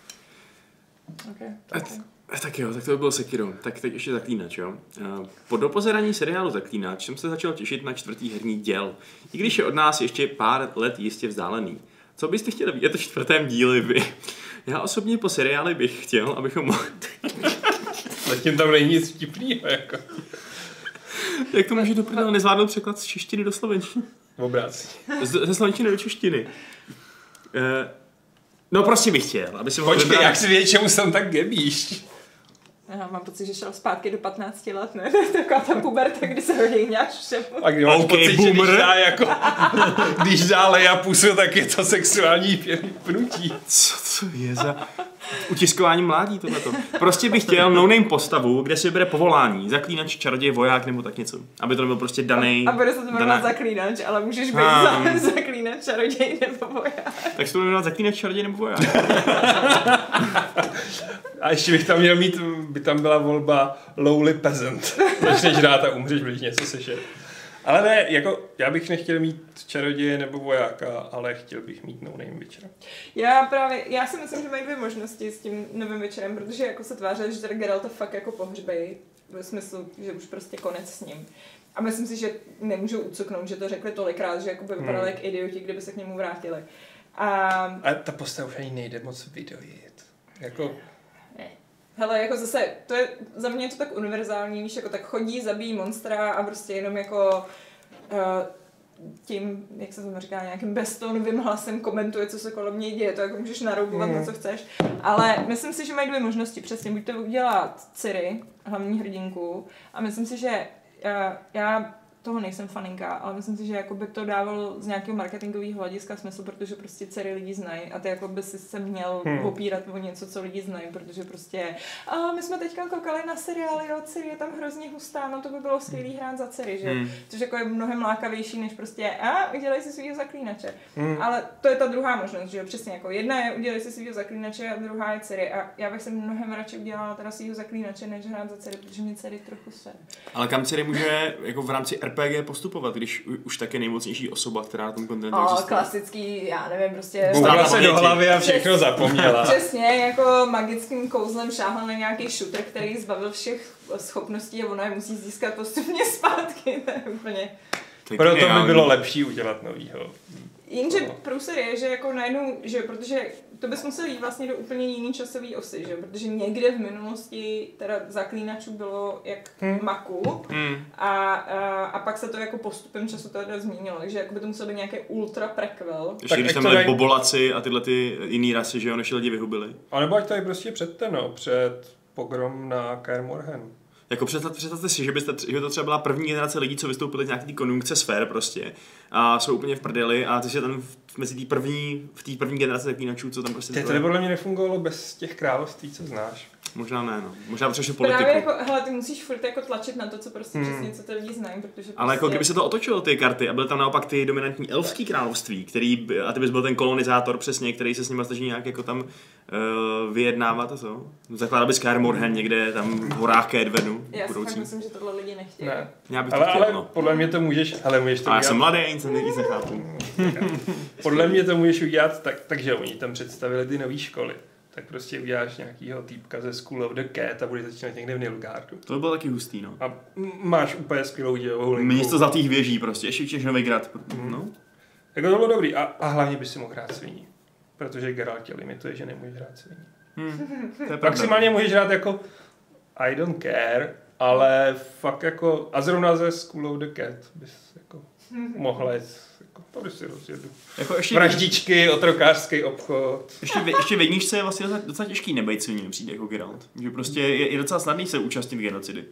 Speaker 3: Okay.
Speaker 1: Tak jo, tak to by byl Sekiro. Tak teď ještě Zaklínač, jo. Po dopozerání seriálu Zaklínač jsem se začal těšit na 4. herní děl. I když je od nás ještě pár let jistě vzdálený. Co byste chtěli vidět o 4. díli vy? Já osobně po seriáli bych chtěl, abychom mohli...
Speaker 2: Zatím tam není nic vtipnýho, jako.
Speaker 1: Jak to může dopadnout nezvládnout překlad z češtiny do slovenštiny?
Speaker 2: Obrácí.
Speaker 1: Ze slovenštiny do češtiny. No prostě bych chtěl, aby si mohl
Speaker 2: Počkej, jak si vědět, čemu jsem tak gebíš?
Speaker 3: Aha, mám pocit, že šel zpátky do 15 let, ne? Taková ta puberta, kdy se rodí nějak všemu.
Speaker 2: A když máš pocit, že když dá Leia pusu, tak je to sexuální pnutí.
Speaker 1: Co je za... Utiskování mládí tohleto. Prostě bych chtěl no-name postavu, kde si vybere povolání. Zaklínač, čaroděj, voják nebo tak něco. Aby to nebyl prostě daný.
Speaker 3: A bude se to jmenovat zaklínač, ale můžeš být zaklínač, čaroděj nebo voják.
Speaker 1: Tak se to jmenovat zaklínač, čaroděj nebo voják.
Speaker 2: A ještě bych tam měl mít, by tam byla volba Lowly Peasant. Začneš hrát a umřeš, když něco sešet. Ale ne, jako já bych nechtěl mít čaroděje nebo vojáka, ale chtěl bych mít no-name Witchera.
Speaker 3: Já si myslím, že mají 2 možnosti s tím novým Witcherem, protože jako se tvářili, že teda Geralta fakt jako pohřbejí, v smyslu, že už prostě konec s ním. A myslím si, že nemůžou ucuknout, že to řekli tolikrát, že jako by vypadali jak idioti, kdyby se k němu vrátili. A
Speaker 2: ta postava už ani nejde moc vydojit. Jako...
Speaker 3: Hele, jako zase, to je, za mě je to tak univerzální, víš, jako tak chodí, zabíjí monstra a prostě jenom jako tím, jak se to říká, nějakým beztónovým hlasem komentuje, co se kolem něj děje, to jako můžeš naroubovat na co chceš, ale myslím si, že mají dvě možnosti, přesně, buď to udělat Ciri, hlavní hrdinku, a myslím si, že já toho nejsem faninka, ale myslím si, že jako by to dávalo z nějakého marketingového hlediska smysl, protože prostě Ciri lidi znají a ty jako by si se měl opírat o něco, co lidi znají, protože prostě my jsme teďka koukali na seriály, jo, Ciri je tam hrozně hustá, no to by bylo skvělý hrát za Ciri, že? Což jako je mnohem lákavější, než prostě udělej si svýho zaklínače. Ale to je ta druhá možnost, že jo, přesně jako jedna je udělej si svýho zaklínače a druhá je Ciri a já bych se mnohem radši udělala teda svýho zaklínače, než hrát za Ciri, protože mě Ciri trochu se.
Speaker 1: Ale kam Ciri může jako v rámci RPG postupovat, když už tak je nejmocnější osoba, která na tom kontinentu existuje?
Speaker 3: Klasický, já nevím, prostě...
Speaker 2: Bourala se do hlavy a všechno zapomněla.
Speaker 3: Přesně, jako magickým kouzlem šáhla na nějaký shooter, který zbavil všech schopností a ona je musí získat postupně zpátky, to je úplně...
Speaker 2: Proto by bylo lepší udělat novýho.
Speaker 3: Jenže průser je, že jako najednou, že protože to bys musel jít vlastně do úplně jiný časový osy, že? Protože někde v minulosti teda zaklínačů bylo jak maku a pak se to jako postupem času teda změnilo, takže jako by to musel být nějaký ultra prequel.
Speaker 1: Ještě když tam byly bobolaci a tyhle ty jiný rasy, že jo, naši lidi vyhubili.
Speaker 2: A nebo ať to je prostě před pogrom na Kaer Morhen.
Speaker 1: Jako představte si, že to třeba byla první generace lidí, co vystoupili z nějaký té konjunkce sfér prostě a jsou úplně v prdeli a ty se tam v té první generaci zaklínačů, co tam prostě...
Speaker 2: To podle mě nefungovalo bez těch království, co znáš.
Speaker 1: Možná ne, no. Možná přešel politiku.
Speaker 3: Právě jako, hele, ty musíš furt jako tlačit na to, co prostě přesně, co ty lidi znají, protože prostě...
Speaker 1: Ale jako kdyby se to otočilo ty karty a byly tam naopak ty dominantní elfský království, a ty bys byl ten kolonizátor přesně, který se s nimi snaží nějak jako tam vyjednávat a co? Zakládal bys Kaer Morhen někde tam v horách Kaedvenu.
Speaker 3: Já si fakt myslím, že tohle lidi nechtějí.
Speaker 2: Ne.
Speaker 1: Já bych to chtěl,
Speaker 2: ale podle mě to můžeš, můžeš to
Speaker 1: udělat. Já jsem mladý, nic nechápu.
Speaker 2: Podle mě to můžeš udělat takže oni tam představili ty nové školy. Tak prostě uděláš nějakýho týpka ze School of the Cat a bude začínat někde v Nilfgaardu.
Speaker 1: To by bylo taky hustý, no.
Speaker 2: A máš úplně skvělou dějovou linku.
Speaker 1: Město zlatých věží prostě, ještě učíš Novigrad. No.
Speaker 2: Jako to bylo dobrý a hlavně bys si mohl hrát sviní. Protože Geralt tě limituje, že nemůžeš hrát sviní. Maximálně můžeš hrát jako I don't care, ale fakt jako a zrovna ze School of the Cat bys jako mohla jít. To si rozjedu.
Speaker 1: Jako ještě
Speaker 2: vraždičky, otrokářský obchod.
Speaker 1: Ještě v jedničce je vlastně docela těžký nebejt sviní, přijde jako Geralt. Že prostě je docela snadný se účastnit genocidy.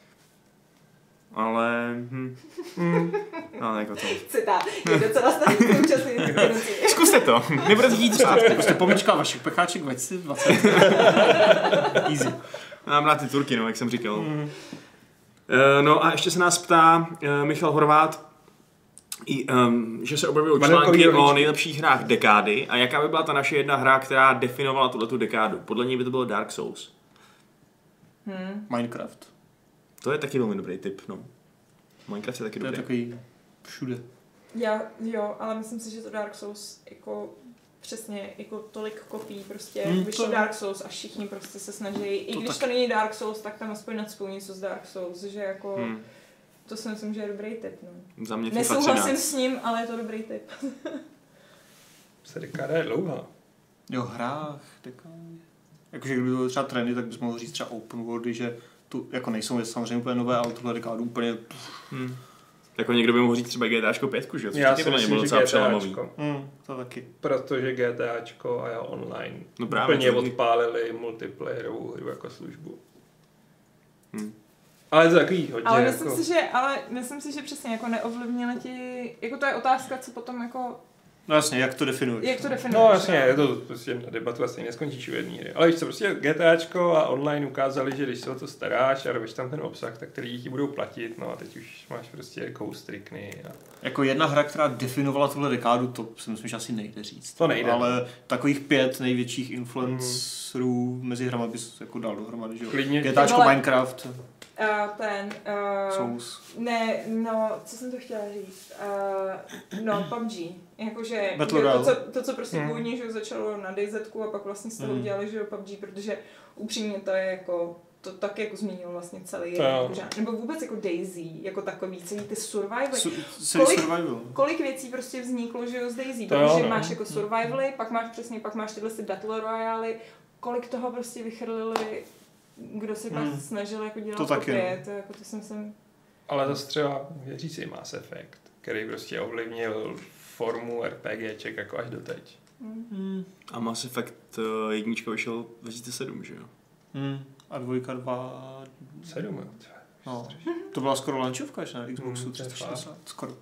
Speaker 1: Ale... No, jako to.
Speaker 3: Citát. Je docela snadný se účastnit genocidy.
Speaker 1: Zkuste to. Nebudete chtít spát.
Speaker 4: Prostě pomička vašich pecháček 2020.
Speaker 1: Easy. Mám rád ty Turky, no, jak jsem říkal. No a ještě se nás ptá Michal Horvát, že se objevují články o nejlepších hrách dekády a jaká by byla ta naše jedna hra, která definovala tuhletu dekádu. Podle něj by to bylo Dark Souls.
Speaker 4: Minecraft.
Speaker 1: To je taky velmi dobrý tip, no. Minecraft je taky dobrý.
Speaker 4: To je takový všude.
Speaker 3: Jo, ale myslím si, že to Dark Souls jako přesně jako tolik kopií prostě vyšlo Dark Souls a všichni prostě se snaží, i když to není Dark Souls, tak tam aspoň nacpou něco z Dark Souls, že jako to si myslím, že je dobrý tip, no.
Speaker 1: Za mě
Speaker 3: nesouhlasím s ním, ale je to dobrý tip.
Speaker 2: Se dekáda je dlouhá.
Speaker 4: Jo, hrách, dekáda. Jakože kdyby to bylo třeba trendy, tak bys mohl říct třeba open worldy, že tu jako nejsou samozřejmě úplně nové, ale tuhle dekádu úplně...
Speaker 1: Jako někdo by mohl říct třeba GTAčko 5, že?
Speaker 2: Já si myslím, že GTAčko.
Speaker 4: To taky.
Speaker 2: Protože GTAčko a jeho online úplně odpálili multiplayerovou hru jako službu. Ale to takový hodně.
Speaker 3: Ale myslím si, že přesně jako neovlivnili ti, jako to je otázka, co potom jako...
Speaker 4: No jasně, jak to definuješ?
Speaker 2: No jasně, je to prostě na debatu asi neskončíš u jedné hry. Ale víš co, prostě GTAčko a online ukázali, že když se o to staráš a robíš tam ten obsah, tak který ti budou platit, no a teď už máš prostě Ghost Recony.
Speaker 4: Jako jedna hra, která definovala tuhle dekádu, to si myslím, že asi nejde říct.
Speaker 2: To nejde.
Speaker 4: Ale takových 5 největších influencerů mezi hrama bys jako dal dohromady, že jo? GTAčko, Minecraft. Souls.
Speaker 3: Ne, no, co jsem to chtěla říct? PUBG. Jakože to, co prostě původně že začalo na DayZku a pak vlastně z toho udělali, že PUBG, protože upřímně to je jako, to tak jako změnilo vlastně celý nebo vůbec jako Daisy, jako takový, celý ty survivaly. Kolik věcí prostě vzniklo, že jo, z Daisy, protože máš jako survivaly, pak máš tyhle si Battle Royale, kolik toho prostě vychrlili kdo se pak snažil jako dělat
Speaker 4: To taky,
Speaker 3: kopie, to jako to jsem...
Speaker 2: Ale zase třeba věřící Mass Effect, který prostě ovlivnil formu RPGček jako až doteď.
Speaker 1: A Mass Effect 1 vyšel 2007, že jo?
Speaker 4: A 2,
Speaker 2: 7, jo.
Speaker 4: No, to byla skoro launčovka, že na Xboxu 360, skoro.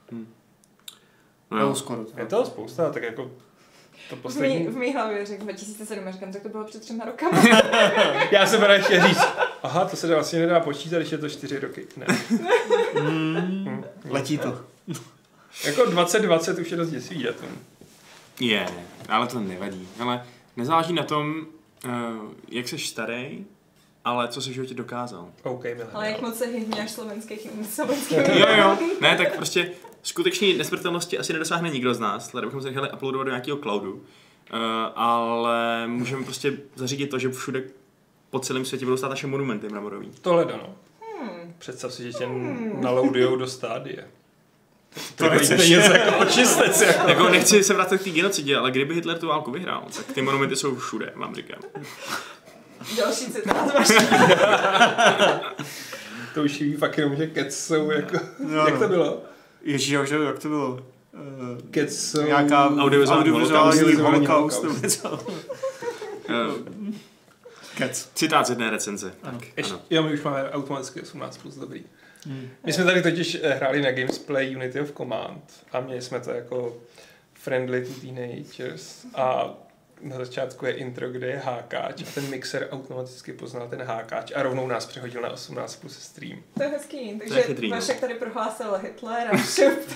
Speaker 1: No jo.
Speaker 4: Skoro.
Speaker 2: Je toho spousta, tak jako to poslední...
Speaker 3: V mý hlavě řekl 2007 a říkám, tak to bylo před 3 rokama.
Speaker 2: Já jsem teda ještě říct, aha, to se vlastně nedá počítat, když je to 4 roky. Ne.
Speaker 4: Letí to.
Speaker 2: Jako 2020 už je dost děsivý datum.
Speaker 1: Je, ale to nevadí. Ale nezáleží na tom, jak jsi starý, ale co jsi v životě dokázal.
Speaker 2: OK,
Speaker 3: Ale jak moc se hýbňáš slovenských.
Speaker 1: Jo. Ne, tak prostě skutečně nesmrtelnosti asi nedosáhne nikdo z nás, tady bychom se nechali uploadovat do nějakého cloudu, ale můžeme prostě zařídit to, že všude po celém světě budou stát naše monumenty mramorový.
Speaker 2: Tohle no. Představ si, že tě naloadujou do stádie.
Speaker 4: To nechceš.
Speaker 2: něco jako očistec.
Speaker 1: Jako nechci se vrátit k té genocidě, ale kdyby Hitler tu válku vyhrál, tak ty monumenty jsou všude, vám říkám.
Speaker 3: Další citát máš.
Speaker 2: To už jí fakt jenom, že Cats jsou jako...
Speaker 4: No,
Speaker 2: jak to bylo?
Speaker 4: Ježíš, jak to bylo?
Speaker 2: Cats jsou...
Speaker 4: Nějaká audiovizuální holokaust. Cats.
Speaker 1: Citát z jedné recenze. Tak,
Speaker 2: Ještě,
Speaker 1: ano.
Speaker 2: jo, my už máme automaticky 18+, dobrý. My jsme tady totiž hráli na Gamesplay Unity of Command a měli jsme to jako friendly to teenagers a na začátku je intro, kde je hákáč a ten mixer automaticky poznal ten hákáč a rovnou nás přehodil na 18+ stream.
Speaker 3: To je hezký,
Speaker 1: To je
Speaker 3: takže
Speaker 1: chytrý, no.
Speaker 3: Vašek tady prohlásil Hitler a šup.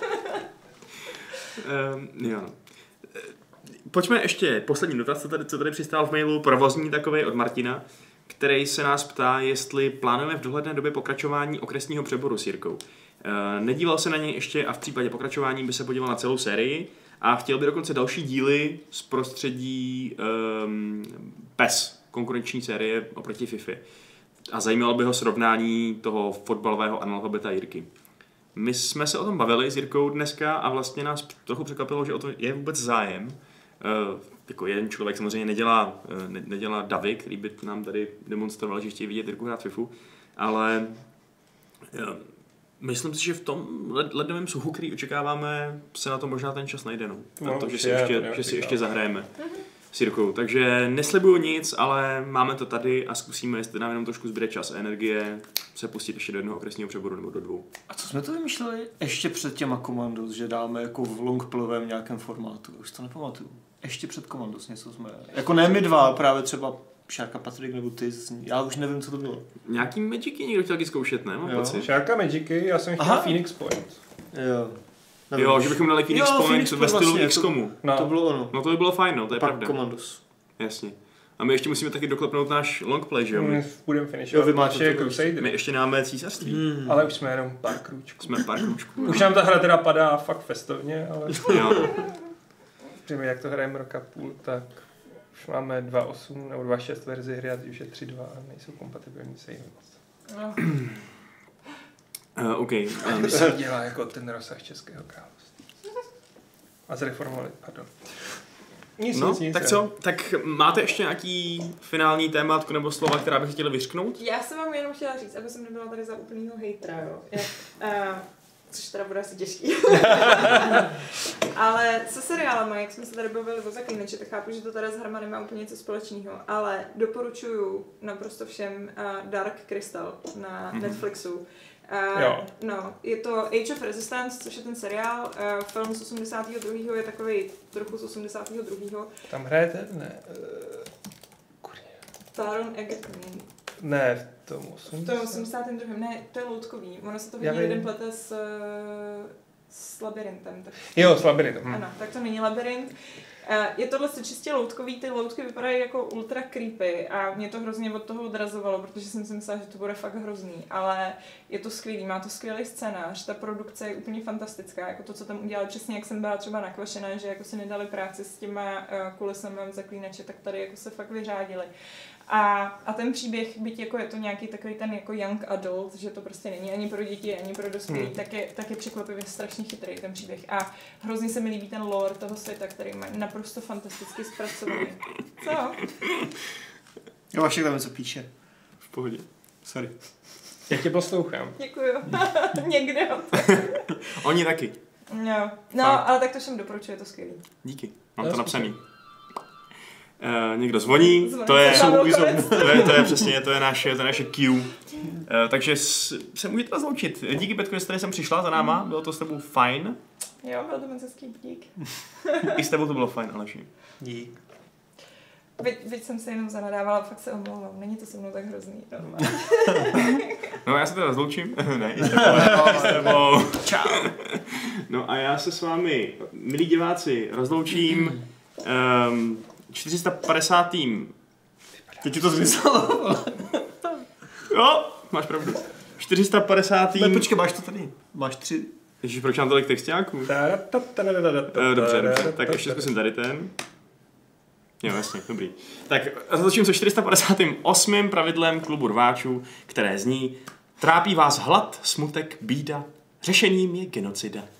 Speaker 1: Jo. Pojďme ještě poslední dotaz, co tady přistál v mailu, provozní takovej od Martina, který se nás ptá, jestli plánujeme v dohledné době pokračování okresního přeboru s Jirkou. Nedíval se na něj ještě a v případě pokračování by se podíval na celou sérii a chtěl by dokonce další díly z prostředí PES, konkurenční série oproti FIFA. A zajímalo by ho srovnání toho fotbalového analfabeta Jirky. My jsme se o tom bavili s Jirkou dneska a vlastně nás trochu překvapilo, že o to je vůbec zájem. Jako jeden člověk samozřejmě nedělá davy, který by nám tady demonstroval, že chtějí vidět Jirku hrát FIFU, ale myslím si, že v tom lednovém suchu, který očekáváme, se na to možná ten čas najde. No, to, že si ještě zahrajeme s Jirkou. Takže neslibuju nic, ale máme to tady a zkusíme, jestli nám jenom trošku zbyde čas a energie, se pustit ještě do jednoho okresního přeboru nebo do 2.
Speaker 4: A co jsme to vymýšleli ještě před těma Commandos, že dáme jako v longplayovém nějakém formátu? Už to nepamatuju. Ještě před Commandos něco jsme... Jako ne my dva, právě třeba Šárka, Patrik nebo ty, já už nevím, co to bylo.
Speaker 1: Nějaký Magicy někdo chtěl taky zkoušet, ne? Mám pocit.
Speaker 2: Šárka Magicy, já jsem chtěl Phoenix Point.
Speaker 4: Jo.
Speaker 1: Jo, že bychom dali Phoenix Point ve stylu
Speaker 4: vlastně,
Speaker 1: XCOMu.
Speaker 4: To bylo ono.
Speaker 1: No to by bylo fajn, no, to je
Speaker 4: pak
Speaker 1: pravda.
Speaker 4: Commandos.
Speaker 1: Jasně. A my ještě musíme taky doklepnout náš longplay, že jo?
Speaker 2: Budeme finishovat naše Crusader.
Speaker 1: My ještě nemáme císařství.
Speaker 2: Ale už jsme jenom pár krůčků.
Speaker 1: Jsme pár krůčků.
Speaker 2: Už nám ta hra teda padá fakt festovně, ale...
Speaker 1: Jo.
Speaker 2: Protože jak to hrajeme rok a půl, tak už máme 2.8 nebo 2.6 verzi hry a už je 3.2 a nejsou kompatibilní se jiným.
Speaker 1: OK.
Speaker 2: To se dělá jako ten rozsah Českého království. A zreformovali, pardon. Nic,
Speaker 1: tak co? Tak máte ještě nějaký finální témat nebo slova, která bych chtěla vyřknout?
Speaker 3: Já jsem vám jenom chtěla říct, aby jsem nebyla tady za úplnýho hejtra, jo. Což teda bude asi těžký. Ale co seriálama, jak jsme se tady bavili o Zaklínači, tak chápu, že to teda s hrama nemá úplně něco společného, ale doporučuju naprosto všem Dark Crystal na Netflixu. No, je to Age of Resistance, což je ten seriál, film z 82. je takovej trochu z 82.
Speaker 2: Tam hrajete? Ne.
Speaker 3: Taron Egerton.
Speaker 2: Ne, v tom 80.
Speaker 3: V tom 82. Ne, to je loutkový. Ono se to hodně jeden plete s labyrintem. Tak...
Speaker 2: Jo, s labyrintem.
Speaker 3: Ano, tak to není labyrint. Je tohle čistě loutkový, ty loutky vypadají jako ultra creepy a mě to hrozně od toho odrazovalo, protože jsem si myslela, že to bude fakt hrozný, ale je to skvělý, má to skvělý scénář, ta produkce je úplně fantastická, jako to, co tam udělali, přesně jak jsem byla třeba nakvašená, že jako si nedali práci s těma kulisama v Zaklínače, tak tady jako se fakt vyřádili. A ten příběh, byť jako je to nějaký takový ten jako young adult, že to prostě není ani pro děti, ani pro dospělí, tak je překvapivě strašně chytrý ten příběh. A hrozně se mi líbí ten lore toho světa, který má naprosto fantasticky zpracovaný. Co?
Speaker 4: Jo, Vašek tam něco píše.
Speaker 1: V pohodě.
Speaker 4: Sorry.
Speaker 2: Já tě poslouchám.
Speaker 3: Děkuju. Někde.
Speaker 1: Oni taky.
Speaker 3: No, ale tak to všem doporučuji, je to skvělý.
Speaker 1: Díky, mám to napsaný. Někdo zvoní, to je přesně, to je naše Q. Takže se můžete rozloučit. Díky, Petko, že jste sem přišla za náma, bylo to s tebou fajn.
Speaker 3: Jo, byl to moc hezký, dík.
Speaker 1: I s tebou to bylo fajn, Aleši.
Speaker 4: Dík.
Speaker 3: Byť jsem se jenom zanadávala, fakt se omlouvám, není to se mnou tak hrozný.
Speaker 1: No já se teda rozloučím. Ne, s tebou. Čau. No a já se s vámi, milí diváci, rozloučím 450.
Speaker 4: Teď ti to zmizelo.
Speaker 1: Jo, máš pravdu. 450.
Speaker 4: Ne, počkej, máš to tady. Máš 3.
Speaker 1: Ježiš, proč mám tolik textáků? Dobře, tak ještě zkusím tady ten. Jo, jasně, dobrý. Tak začím se 458. pravidlem klubu rváčů, které zní: trápí vás hlad, smutek, bída, řešením je genocida.